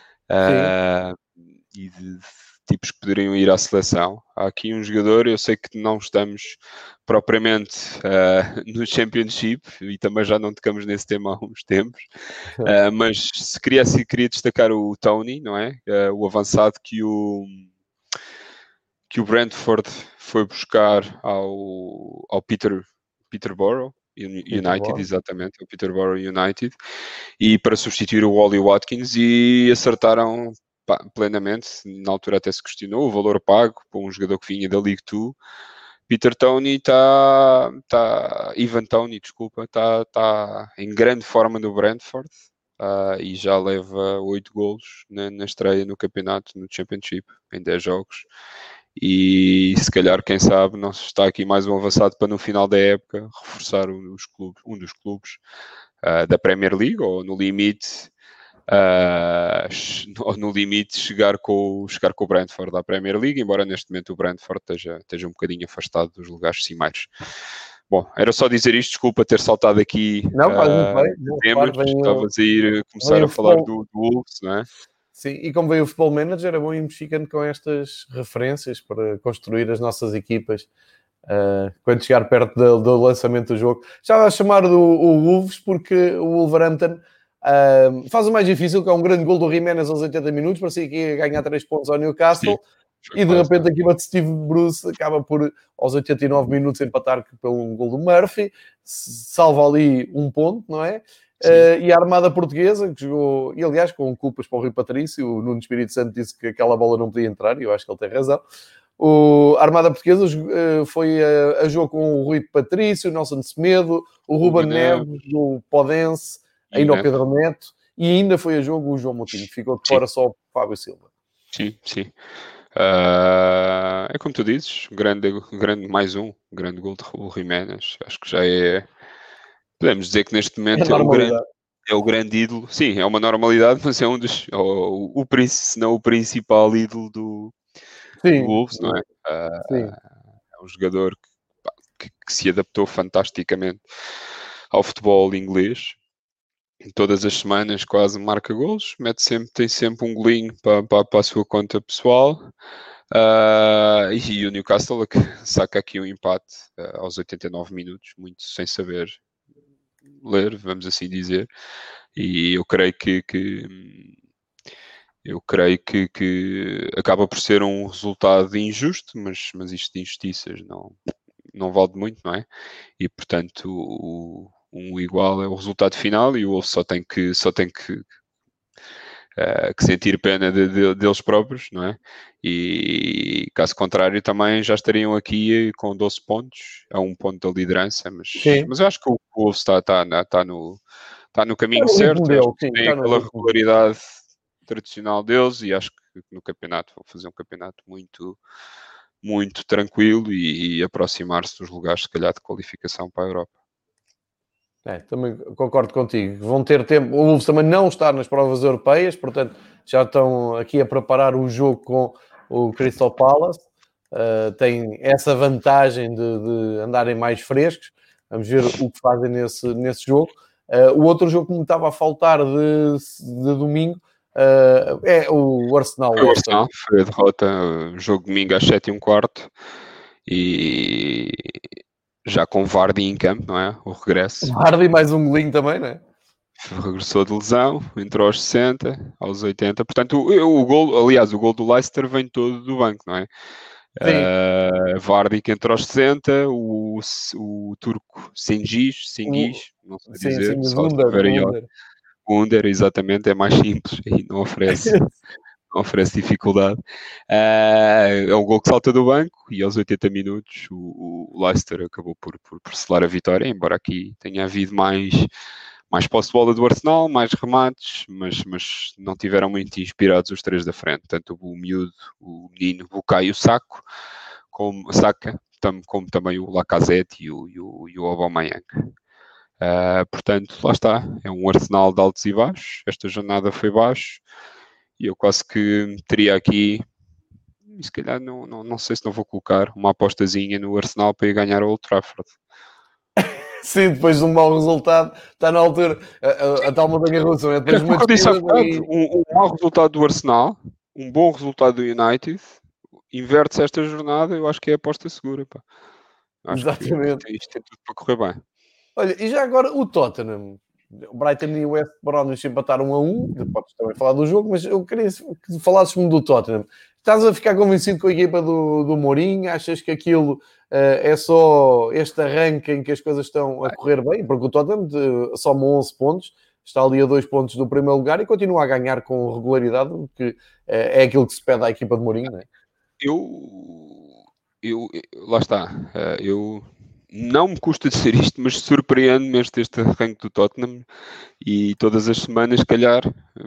e de tipos que poderiam ir à seleção. Há aqui um jogador, eu sei que não estamos propriamente no Championship, e também já não tocamos nesse tema há uns tempos, mas se queria destacar o Tony, não é? O avançado que o Brentford foi buscar ao Peterborough United, exatamente, o Peterborough United, e para substituir o Ollie Watkins, e acertaram plenamente. Na altura até se questionou o valor pago para um jogador que vinha da League 2. Ivan Toney, desculpa, está em grande forma no Brentford, e já leva 8 golos na estreia no campeonato, no Championship, em 10 jogos. E se calhar, quem sabe, não está aqui mais um avançado para no final da época reforçar um dos clubes da Premier League, ou no limite chegar com o Brentford à Premier League, embora neste momento o Brentford esteja um bocadinho afastado dos lugares cimeiros. Bom, era só dizer isto, desculpa ter saltado aqui temas, estavas a começar a falar do Wolves, não é? Sim, e como veio o Football Manager, é bom irmos ficando com estas referências para construir as nossas equipas quando chegar perto do lançamento do jogo. Estava a chamar o Wolves porque o Wolverhampton faz o mais difícil, que é um grande gol do Jiménez aos 80 minutos, parecia que ia ganhar 3 pontos ao Newcastle. Sim, e de repente a equipa de Steve Bruce acaba por, aos 89 minutos, empatar pelo gol do Murphy, salva ali um ponto, não é? E a Armada Portuguesa, que jogou, e aliás com culpas para o Rui Patrício, o Nuno Espírito Santo disse que aquela bola não podia entrar, e eu acho que ele tem razão. A Armada Portuguesa foi a jogo com o Rui Patrício, o Nelson Semedo, o Ruben Neves, o Podense, ainda o Pedro Neto, e ainda foi a jogo o João Moutinho, ficou de fora só o Fábio Silva. Sim. É como tu dizes, mais um grande gol de Jiménez. Acho que já é. Podemos dizer que neste momento é o grande ídolo. Sim, é uma normalidade, mas é um dos. Se não o principal ídolo do Wolves, não é? É um jogador que se adaptou fantasticamente ao futebol inglês. Todas as semanas quase marca golos, tem sempre um golinho para a sua conta pessoal, e o Newcastle saca aqui um empate aos 89 minutos, muito sem saber ler, vamos assim dizer, e eu creio que acaba por ser um resultado injusto, mas isto de injustiças não vale muito, não é? E portanto um igual é o resultado final e o Wolves só tem que sentir pena deles próprios, não é? E caso contrário também já estariam aqui com 12 pontos, a 1 ponto da liderança, mas eu acho que o Wolves está no caminho certo, tem aquela regularidade tradicional deles e acho que no campeonato vão fazer um campeonato muito, muito tranquilo e aproximar-se dos lugares, se calhar, de qualificação para a Europa. Também concordo contigo. Vão ter tempo. O Wolves também não está nas provas europeias, portanto já estão aqui a preparar o jogo com o Crystal Palace. Tem essa vantagem de andarem mais frescos. Vamos ver o que fazem nesse jogo. O outro jogo que me estava a faltar de domingo é o Arsenal. Foi o Arsenal, foi a derrota. O jogo domingo às 7h15 e já com Vardy em campo, não é? O regresso. Vardy mais um golinho também, não é? Regressou de lesão, entrou aos 60, aos 80. Portanto, o gol do Leicester vem todo do banco, não é? Vardy que entrou aos 60, o turco Cengiz, não sei dizer, o Under, exatamente, é mais simples e não oferece dificuldade. É um gol que salta do banco e aos 80 minutos o Leicester acabou por selar a vitória, embora aqui tenha havido mais posse de bola do Arsenal, mais remates, mas não tiveram muito inspirados os três da frente, tanto o menino Bukayo Saka, como também o Lacazette e o Aubameyang. Portanto, lá está, é um Arsenal de altos e baixos. Esta jornada foi baixo e eu quase que teria aqui, se calhar não sei se não vou colocar uma apostazinha no Arsenal para ir ganhar o Old Trafford. Sim, depois de um mau resultado, está na altura a tal montanha russa, não é? Depois um mau resultado do Arsenal, um bom resultado do United, inverte-se esta jornada, eu acho que é a aposta segura, pá. Exatamente. Isto tem tudo para correr bem. Olha, e já agora o Tottenham, o Brighton e o West Bromwich empataram 1-1, podes também falar do jogo, mas eu queria que falasses-me do Tottenham. Estás a ficar convencido com a equipa do Mourinho? Achas que aquilo é só este arranque em que as coisas estão a correr bem? Porque o Tottenham soma 11 pontos, está ali a 2 pontos do primeiro lugar e continua a ganhar com regularidade, que é aquilo que se pede à equipa de Mourinho, não é? Lá está, eu não me custa dizer isto, mas surpreende-me este arranque do Tottenham e todas as semanas, se calhar,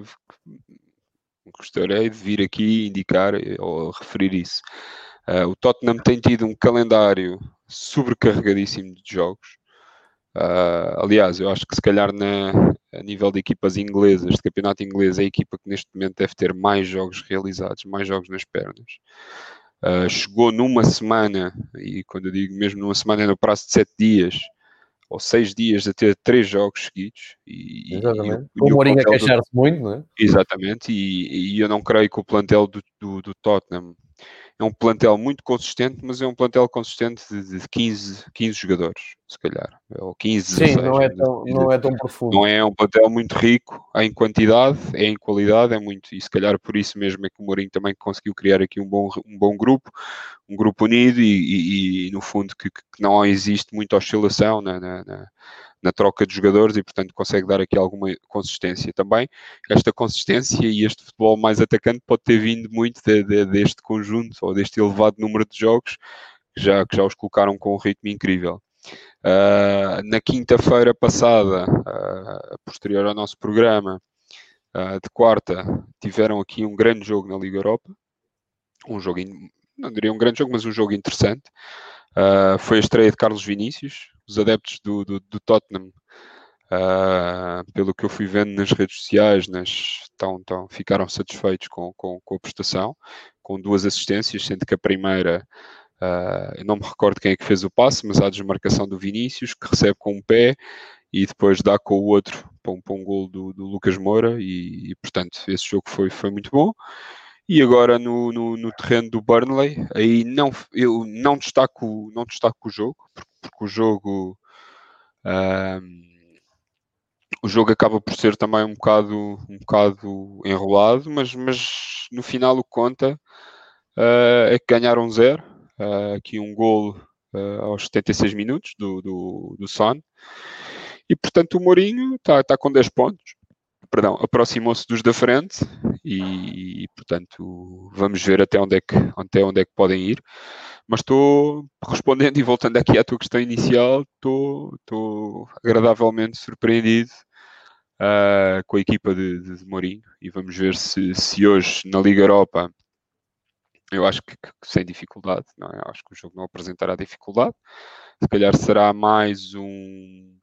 gostaria de vir aqui indicar ou referir isso. O Tottenham tem tido um calendário sobrecarregadíssimo de jogos. Aliás, eu acho que se calhar a nível de equipas inglesas, de campeonato inglês, é a equipa que neste momento deve ter mais jogos realizados, mais jogos nas pernas. Chegou numa semana, e quando eu digo mesmo numa semana, no prazo de 7 dias ou 6 dias, a ter 3 jogos seguidos. Exatamente. O Mourinho a queixar-se muito, não é? Exatamente, e eu não creio que o plantel do Tottenham é um plantel muito consistente, mas é um plantel consistente de 15 jogadores, se calhar, ou 15, 16. Sim, não é tão profundo. Não é um plantel muito rico em quantidade, é em qualidade, é muito, e se calhar por isso mesmo é que o Mourinho também conseguiu criar aqui um bom grupo, um grupo unido e no fundo que não existe muita oscilação na troca de jogadores e portanto consegue dar aqui alguma consistência também. Esta consistência e este futebol mais atacante pode ter vindo muito deste conjunto ou deste elevado número de jogos que já os colocaram com um ritmo incrível. Na quinta-feira passada, posterior ao nosso programa, de quarta, tiveram aqui um grande jogo na Liga Europa. Um jogo, não diria um grande jogo, mas um jogo interessante. Foi a estreia de Carlos Vinícius. Os adeptos do Tottenham, pelo que eu fui vendo nas redes sociais, ficaram satisfeitos com a prestação, com 2 assistências, sendo que a primeira... eu não me recordo quem é que fez o passe, mas há a desmarcação do Vinícius, que recebe com um pé e depois dá com o outro para um golo do Lucas Moura e portanto esse jogo foi muito bom. E agora no terreno do Burnley, aí eu não destaco o jogo, porque o jogo acaba por ser também um bocado enrolado, mas no final o que conta é que ganharam 0. Aqui um golo aos 76 minutos do Son. E, portanto, o Mourinho está com 10 pontos. Perdão, aproximou-se dos da frente e, portanto, vamos ver até onde é que podem ir. Mas estou, respondendo e voltando aqui à tua questão inicial, estou agradavelmente surpreendido com a equipa de Mourinho e vamos ver se hoje na Liga Europa, eu acho que sem dificuldade, não é? Eu acho que o jogo não apresentará dificuldade. Se calhar será mais um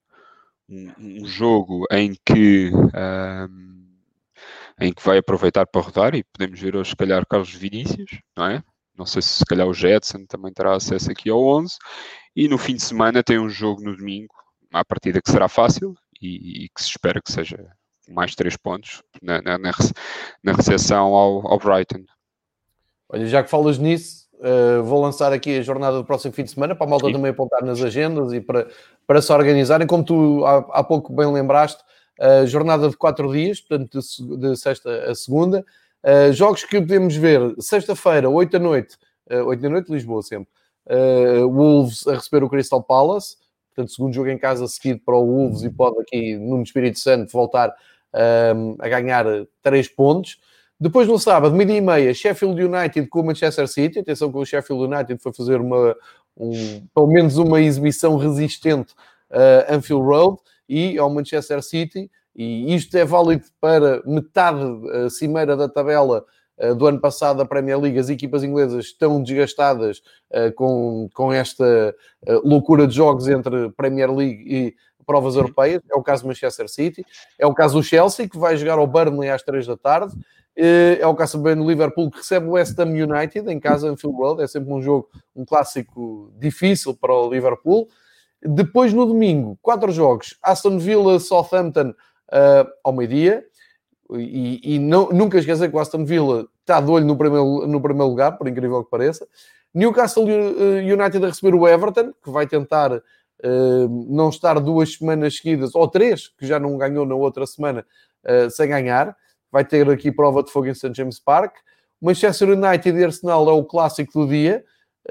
jogo em que vai aproveitar para rodar e podemos ver hoje, se calhar, Carlos Vinícius, não é? Não sei se calhar o Jetson também terá acesso aqui ao 11. E no fim de semana tem um jogo no domingo, à partida que será fácil e que se espera que seja mais 3 pontos na recepção ao Brighton. Olha, já que falas nisso, vou lançar aqui a jornada do próximo fim de semana para a malta também apontar nas agendas e para se organizarem. Como tu há pouco bem lembraste, jornada de 4 dias, portanto de sexta a segunda. Jogos que podemos ver, sexta-feira, 8 da noite, Lisboa sempre, Wolves a receber o Crystal Palace, portanto segundo jogo em casa seguido para o Wolves e pode aqui no Espírito Santo voltar a ganhar 3 pontos. Depois, no sábado, 12h30, Sheffield United com o Manchester City. Atenção que o Sheffield United foi fazer pelo menos uma exibição resistente a Anfield Road e ao Manchester City. E isto é válido para metade cimeira da tabela do ano passado da Premier League. As equipas inglesas estão desgastadas com esta loucura de jogos entre Premier League e provas europeias. É o caso do Manchester City. É o caso do Chelsea, que vai jogar ao Burnley às 3 da tarde. É o caso também do Liverpool, que recebe o West Ham United em casa, Anfield Road. É sempre um jogo, um clássico difícil para o Liverpool. Depois, no domingo, 4 jogos. Aston Villa, Southampton ao meio-dia. E nunca esquecer que o Aston Villa está de olho no primeiro lugar, por incrível que pareça. Newcastle United a receber o Everton, que vai tentar não estar 2 semanas seguidas, ou 3, que já não ganhou na outra semana, sem ganhar. Vai ter aqui prova de fogo em St. James Park. Manchester United e Arsenal é o clássico do dia.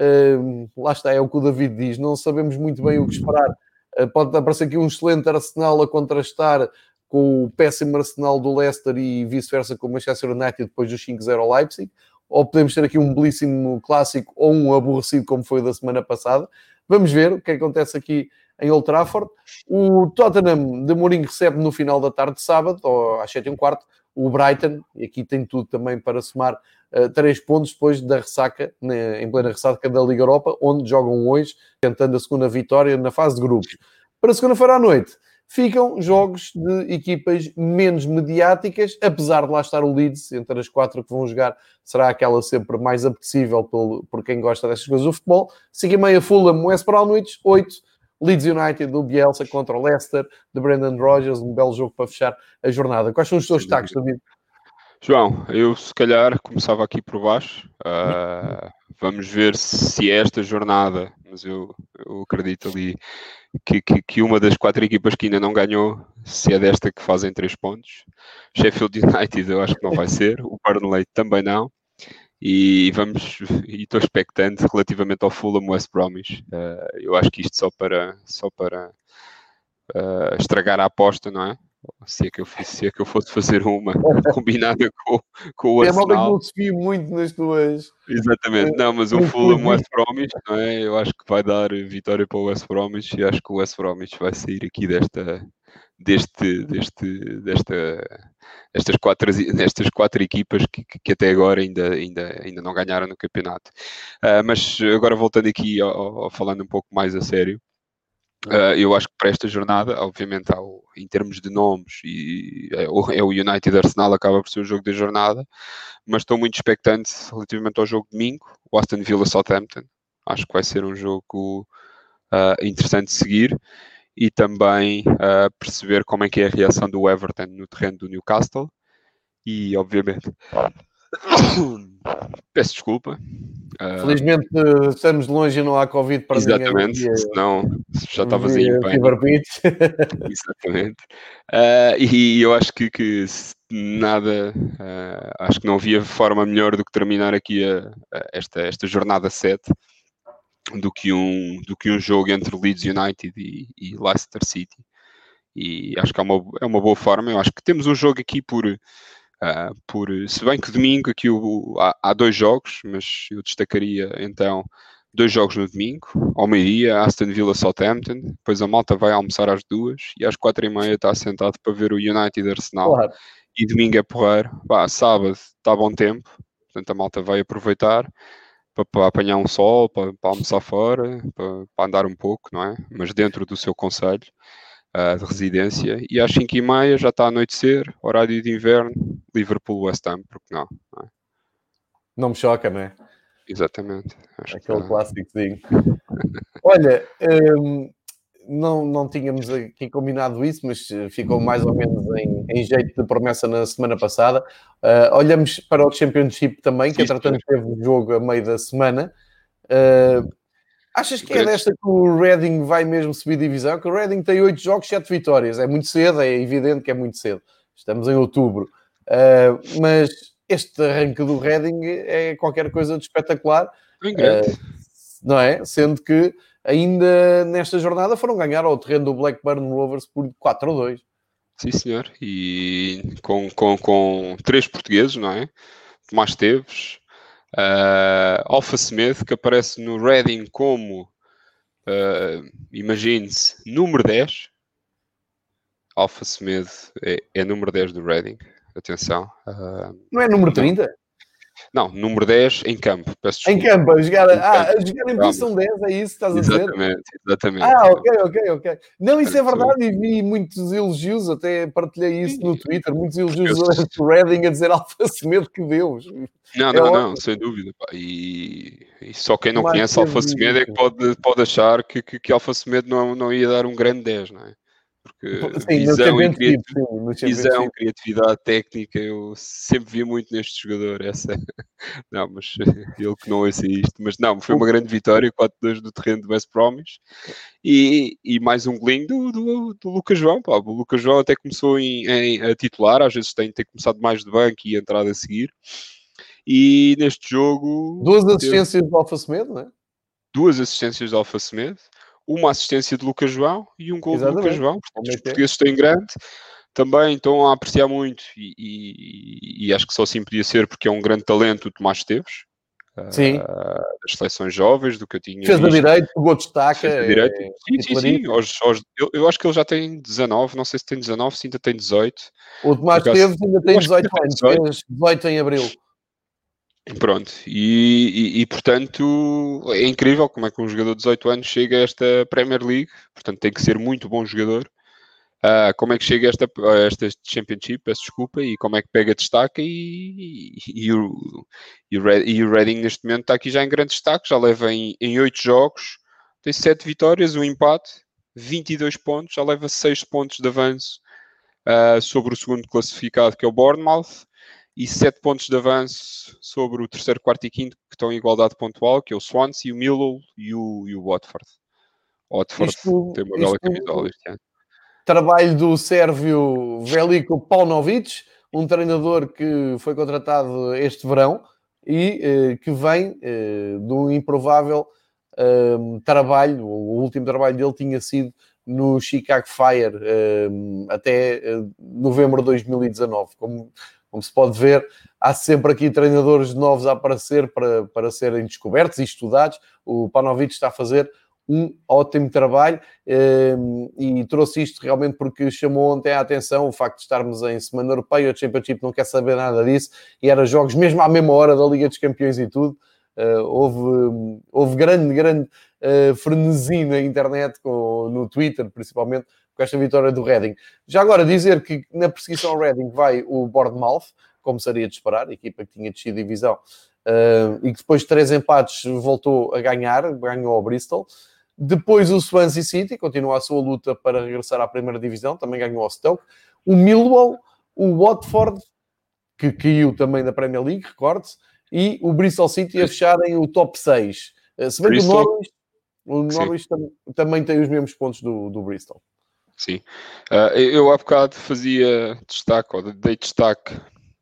Lá está, é o que o David diz. Não sabemos muito bem o que esperar. Pode aparecer aqui um excelente Arsenal a contrastar com o péssimo Arsenal do Leicester e vice-versa com o Manchester United depois do 5-0 ao Leipzig. Ou podemos ter aqui um belíssimo clássico ou um aborrecido como foi o da semana passada. Vamos ver o que acontece aqui em Old Trafford. O Tottenham de Mourinho recebe no final da tarde de sábado, ou às 7h15, o Brighton, e aqui tem tudo também para somar 3 pontos depois da ressaca, em plena ressaca da Liga Europa, onde jogam hoje, tentando a segunda vitória na fase de grupos. Para segunda-feira à noite, ficam jogos de equipas menos mediáticas, apesar de lá estar o Leeds, entre as 4 que vão jogar, será aquela sempre mais apetecível por quem gosta destas coisas do futebol. 5h30, Fulham, West Bromwich, 8, Leeds United do Bielsa contra o Leicester de Brendan Rodgers, um belo jogo para fechar a jornada. Quais são os teus destaques, David? João, eu se calhar começava aqui por baixo. Vamos ver se esta jornada, mas eu acredito ali que uma das 4 equipas que ainda não ganhou, se é desta que fazem 3 pontos. Sheffield United eu acho que não vai ser, o Burnley também não. E estou expectante relativamente ao Fulham West Bromwich. Eu acho que isto só para estragar a aposta, não é? Se é que eu fosse fazer uma combinada com o É mal que Arsenal. não se fia muito nas tuas... Exatamente, não, mas o Fulham West Bromwich, não é? Eu acho que vai dar vitória para o West Bromwich e acho que o West Bromwich vai sair aqui destas 4 equipas que até agora ainda não ganharam no campeonato. Mas agora voltando aqui falando um pouco mais a sério, eu acho que para esta jornada, obviamente, em termos de nomes, o United Arsenal acaba por ser o jogo da jornada, mas estou muito expectante relativamente ao jogo de domingo, o Aston Villa Southampton. Acho que vai ser um jogo interessante de seguir e também perceber como é que é a reação do Everton no terreno do Newcastle e, obviamente, peço desculpa. Felizmente estamos longe e não há Covid para exatamente, ninguém. Senão já estavas aí em pânico. Exatamente. E eu acho que nada, acho que não havia forma melhor do que terminar aqui esta jornada 7 do que um jogo entre Leeds United e Leicester City. E acho que é uma boa forma. Eu acho que temos um jogo aqui se bem que domingo aqui há 2 jogos, mas eu destacaria então 2 jogos no domingo, ao meio-dia, Aston Villa Southampton, depois a malta vai almoçar às 2 e às 4h30 está sentado para ver o United Arsenal. Claro. E domingo é porreiro. Sábado está bom tempo, portanto a malta vai aproveitar para apanhar um sol, para almoçar fora, para andar um pouco, não é? Mas dentro do seu concelho de residência, e às 5h30 já está a anoitecer, horário de inverno, Liverpool-West Ham, porque não? Não é? Não me choca, não é? Exatamente. Aquele clássicozinho. Olha, não tínhamos aqui combinado isso, mas ficou mais ou menos em jeito de promessa na semana passada. Olhamos para o Championship também, que entretanto teve um jogo a meio da semana. Achas que é desta que o Reading vai mesmo subir divisão? Que o Reading tem 8 jogos, 7 vitórias. É muito cedo, é evidente que é muito cedo. Estamos em outubro. Mas este arranque do Reading é qualquer coisa de espetacular. Não é? Sendo que ainda nesta jornada foram ganhar ao terreno do Blackburn Rovers por 4-2. Sim, senhor. E com 3 portugueses, não é? Tomás Teves, Alfa Semedo, que aparece no Reading como, imagine-se, número 10. Alfa Semedo é número 10 do Reading. Atenção. Não é número 30? Não, número 10 em campo. Peço desculpa. Em campo, a jogar em posição 10, é isso que estás a dizer? Exatamente. Ok. Não, isso é verdade, e vi muitos elogios, até partilhei isso no Twitter, muitos elogios do Reading a dizer Alfa Semedo, que Deus. Não, sem dúvida. Pá. E só quem não conhece Alfa Semedo é que pode achar que Alfa Semedo não ia dar um grande 10, não é? Porque visão, criatividade técnica, eu sempre vi muito neste jogador. Não, mas ele que não ouça isto. Mas não, foi uma grande vitória, 4-2 do terreno do West Bromwich. E mais um golinho do Lucas João. Pá. O Lucas João até começou a titular, às vezes tem que ter começado mais de banco e entrado a seguir. E neste jogo... 2 assistências do Alfa Semedo, não é? 2 assistências do Alfa Semedo. Uma assistência de Lucas João e um gol de Lucas João. Portanto, os portugueses têm grande. Também estão a apreciar muito e acho que só assim podia ser porque é um grande talento o Tomás Teves. Sim. Das seleções jovens, do que eu tinha Fez visto. A direito, pegou destaca. Sim. Eu acho que ele já tem 19, não sei se tem 19, se ainda tem 18. O Tomás Teves ainda tem 18 anos, fez 18 em abril. Pronto, e portanto é incrível como é que um jogador de 18 anos chega a esta Premier League, portanto tem que ser muito bom jogador. Como é que chega a esta Championship, peço desculpa, e como é que pega destaque e o Reading neste momento está aqui já em grande destaque, já leva em 8 jogos, tem 7 vitórias, um empate, 22 pontos, já leva 6 pontos de avanço sobre o segundo classificado que é o Bournemouth. e 7 pontos de avanço sobre o terceiro, quarto e quinto, que estão em igualdade pontual, que é o Swansea, o Millwall e o Watford. O Watford tem uma bela camisola este ano. Trabalho do sérvio Veliko Paunovic, um treinador que foi contratado este verão e que vem de um improvável trabalho. O último trabalho dele tinha sido no Chicago Fire até novembro de 2019. Como se pode ver, há sempre aqui treinadores novos a aparecer para serem descobertos e estudados. O Paunovic está a fazer um ótimo trabalho e trouxe isto realmente porque chamou ontem a atenção o facto de estarmos em semana europeia. O Championship não quer saber nada disso e era jogos mesmo à mesma hora da Liga dos Campeões e tudo. Houve grande frenesi na internet, no Twitter principalmente, com esta vitória do Reading. Já agora dizer que na perseguição ao Reading vai o Bournemouth, como seria de esperar, a equipa que tinha descido a divisão e que depois de 3 empates voltou a ganhou ao Bristol. Depois o Swansea City continua a sua luta para regressar à primeira divisão, também ganhou ao Stoke. O Millwall, o Watford, que caiu também da Premier League, recorde-se, e o Bristol City a fecharem o top 6. Se bem que o Norwich também tem os mesmos pontos do Bristol. Sim. Eu há bocado dei destaque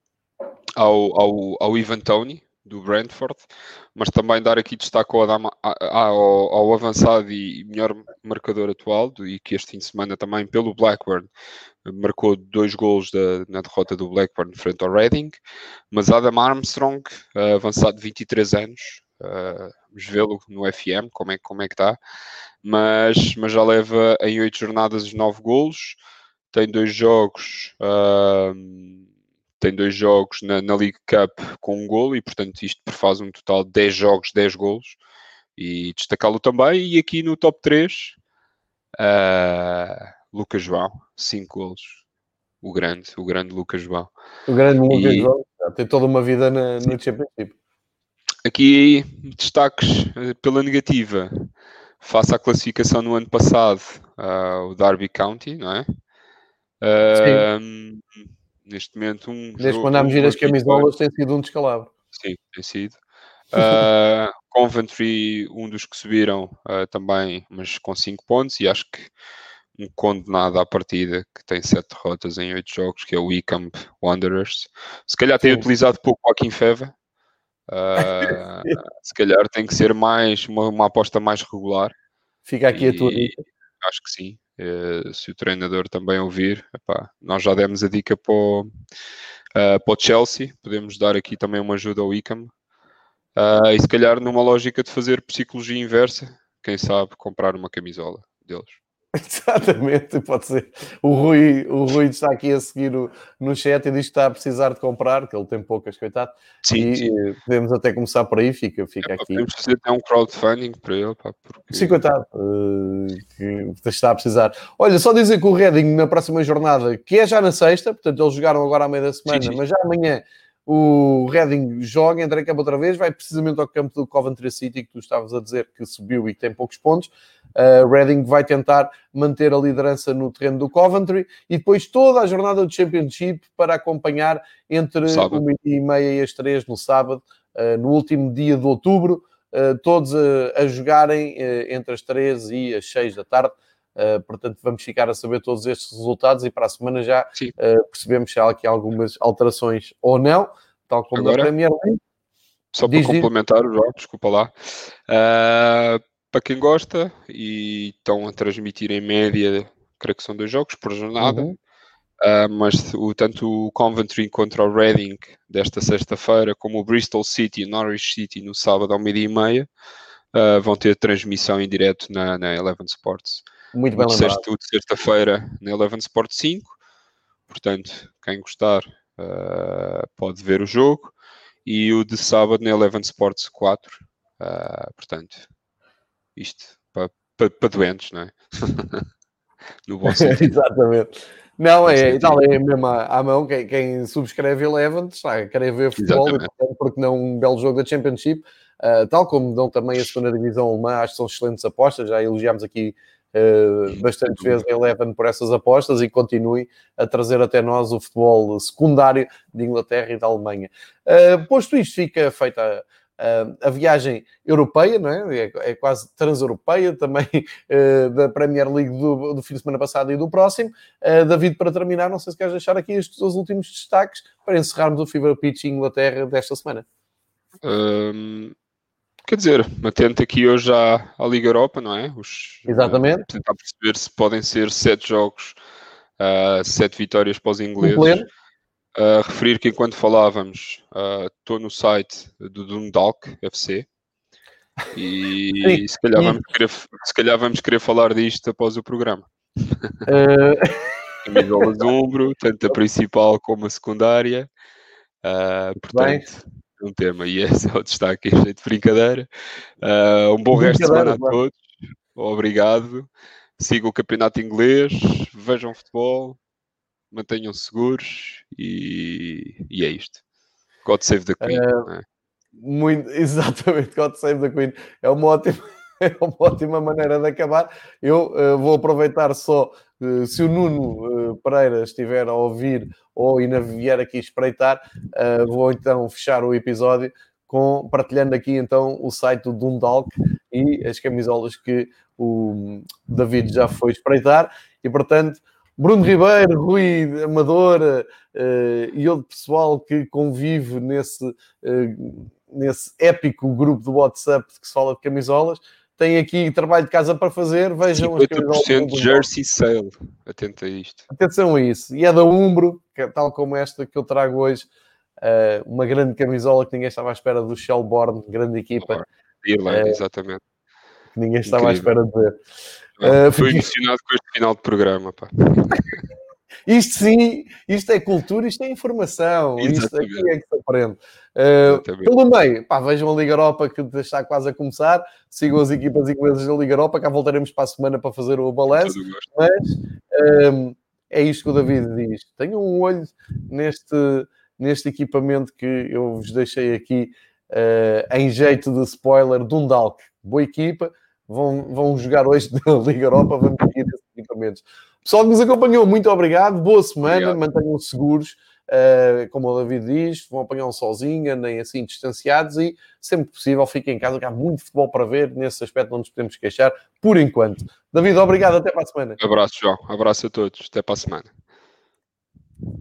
ao Ivan Toney, do Brentford, mas também dar aqui destaque ao avançado e melhor marcador atual, e que este fim de semana também pelo Blackburn marcou 2 golos na derrota do Blackburn frente ao Reading, mas Adam Armstrong, avançado de 23 anos, vamos vê-lo no FM, como é que está, mas já leva em 8 jornadas 9 golos, tem 2 jogos... Tem 2 jogos na League Cup com 1 golo e, portanto, isto prefaz um total de 10 jogos, 10 golos. E destacá-lo também. E aqui no top 3, Lucas João, 5 golos. O grande Lucas João. O grande Lucas João tem toda uma vida no Championship. Aqui, destaques pela negativa. Face à classificação no ano passado, o Derby County, não é? Sim. Neste momento, desde que mandámos vir as camisolas, tem sido um descalabro. Sim, tem sido. Coventry, um dos que subiram também, mas com 5 pontos, e acho que um condenado à partida, que tem 7 derrotas em 8 jogos, que é o Wycombe Wanderers. Se calhar tem utilizado pouco o Joaquim Feva. Se calhar tem que ser mais uma aposta mais regular. Fica aqui a tua dica. Acho que sim. Se o treinador também ouvir, nós já demos a dica para o Chelsea, podemos dar aqui também uma ajuda ao Wycombe, e se calhar numa lógica de fazer psicologia inversa, quem sabe comprar uma camisola deles. Exatamente, pode ser. O Rui está aqui a seguir no chat e diz que está a precisar de comprar, que ele tem poucas, coitado. Sim. Podemos até começar por aí, fica aqui. Podemos fazer até um crowdfunding para ele. Porque... Sim, coitado, que está a precisar. Olha, só dizer que o Reading na próxima jornada, que é já na sexta, portanto eles jogaram agora à meia da semana, sim. Mas já amanhã o Reading entra em campo outra vez, vai precisamente ao campo do Coventry City, que tu estavas a dizer que subiu e que tem poucos pontos. Reading vai tentar manter a liderança no terreno do Coventry e depois toda a jornada do Championship para acompanhar entre 1h30 e as 3 no sábado, no último dia de outubro, todos a jogarem entre as 3 e as 6 da tarde. Portanto, vamos ficar a saber todos estes resultados e para a semana já percebemos se há aqui algumas alterações ou não, tal como agora, na Premier League. Só para complementar, João, desculpa lá. Para quem gosta, e estão a transmitir em média, creio que são 2 jogos por jornada, mas tanto o Coventry contra o Reading desta sexta-feira, como o Bristol City e o Norwich City no sábado ao 12h30, vão ter transmissão em direto na Eleven Sports. Muito bem lembrado. O de sexta-feira na Eleven Sports 5, portanto, quem gostar pode ver o jogo, e o de sábado na Eleven Sports 4, portanto, isto para doentes, não é? No bom sentido. Exatamente. Não, é mesmo à mão, quem subscreve Eleven está a querer ver futebol. Exatamente. E, portanto, porque não um belo jogo da Championship, tal como dão também a segunda divisão alemã, acho que são excelentes apostas, já elogiámos aqui bastante vezes em Eleven por essas apostas e continue a trazer até nós o futebol secundário de Inglaterra e da Alemanha. Posto isto, fica feita a viagem europeia, não é? É quase transeuropeia também, da Premier League do fim de semana passado e do próximo. David, para terminar, não sei se queres deixar aqui os últimos destaques para encerrarmos o Fever Pitch Inglaterra desta semana. Quer dizer, atento aqui hoje à Liga Europa, não é? Exatamente. Tentar perceber se podem ser 7 jogos, 7 vitórias para os ingleses. Referir que enquanto falávamos, estou no site do Dundalk FC e se calhar vamos querer falar disto após o programa. Camisolas de ombro, tanto a principal como a secundária. Portanto, um tema, e esse é o destaque, cheio de brincadeira. Um bom resto de semana a todos. Obrigado. Sigam o campeonato inglês, vejam futebol, mantenham-se seguros e é isto. God save the Queen. Exatamente, God save the Queen. É uma ótima maneira de acabar. Eu vou aproveitar só, se o Nuno Pereira estiver a ouvir ou ainda vier aqui espreitar, vou então fechar o episódio partilhando aqui então o site do Dundalk e as camisolas que o David já foi espreitar. E portanto, Bruno Ribeiro, Rui Amador e outro pessoal que convive nesse épico grupo do WhatsApp que se fala de camisolas, tem aqui trabalho de casa para fazer. Vejam 50% de jersey sale. Atento a isto. Atenção a isso. E é da Umbro, tal como esta que eu trago hoje, uma grande camisola que ninguém estava à espera do Shelbourne, grande equipa. Irlanda, exatamente. Que ninguém estava à espera de ver. Estou emocionado com este final de programa, pá. Isto sim, isto é cultura, isto é informação. Isto aqui é que se aprende. Pelo meio, vejam a Liga Europa que está quase a começar. Sigam as equipas inglesas da Liga Europa. Cá voltaremos para a semana para fazer o balanço. Mas é isto que o David diz. Tenham um olho neste equipamento que eu vos deixei aqui em jeito de spoiler. Dundalk, boa equipa. Vão jogar hoje na Liga Europa. Vamos seguir esses equipamentos. Pessoal que nos acompanhou, muito obrigado. Boa semana. Mantenham-se seguros. Como o David diz, vão apanhar um solzinho, andem assim distanciados e, sempre possível, fiquem em casa, que há muito futebol para ver. Nesse aspecto não nos podemos queixar, por enquanto. David, obrigado. Até para a semana. Abraço, João. Abraço a todos. Até para a semana.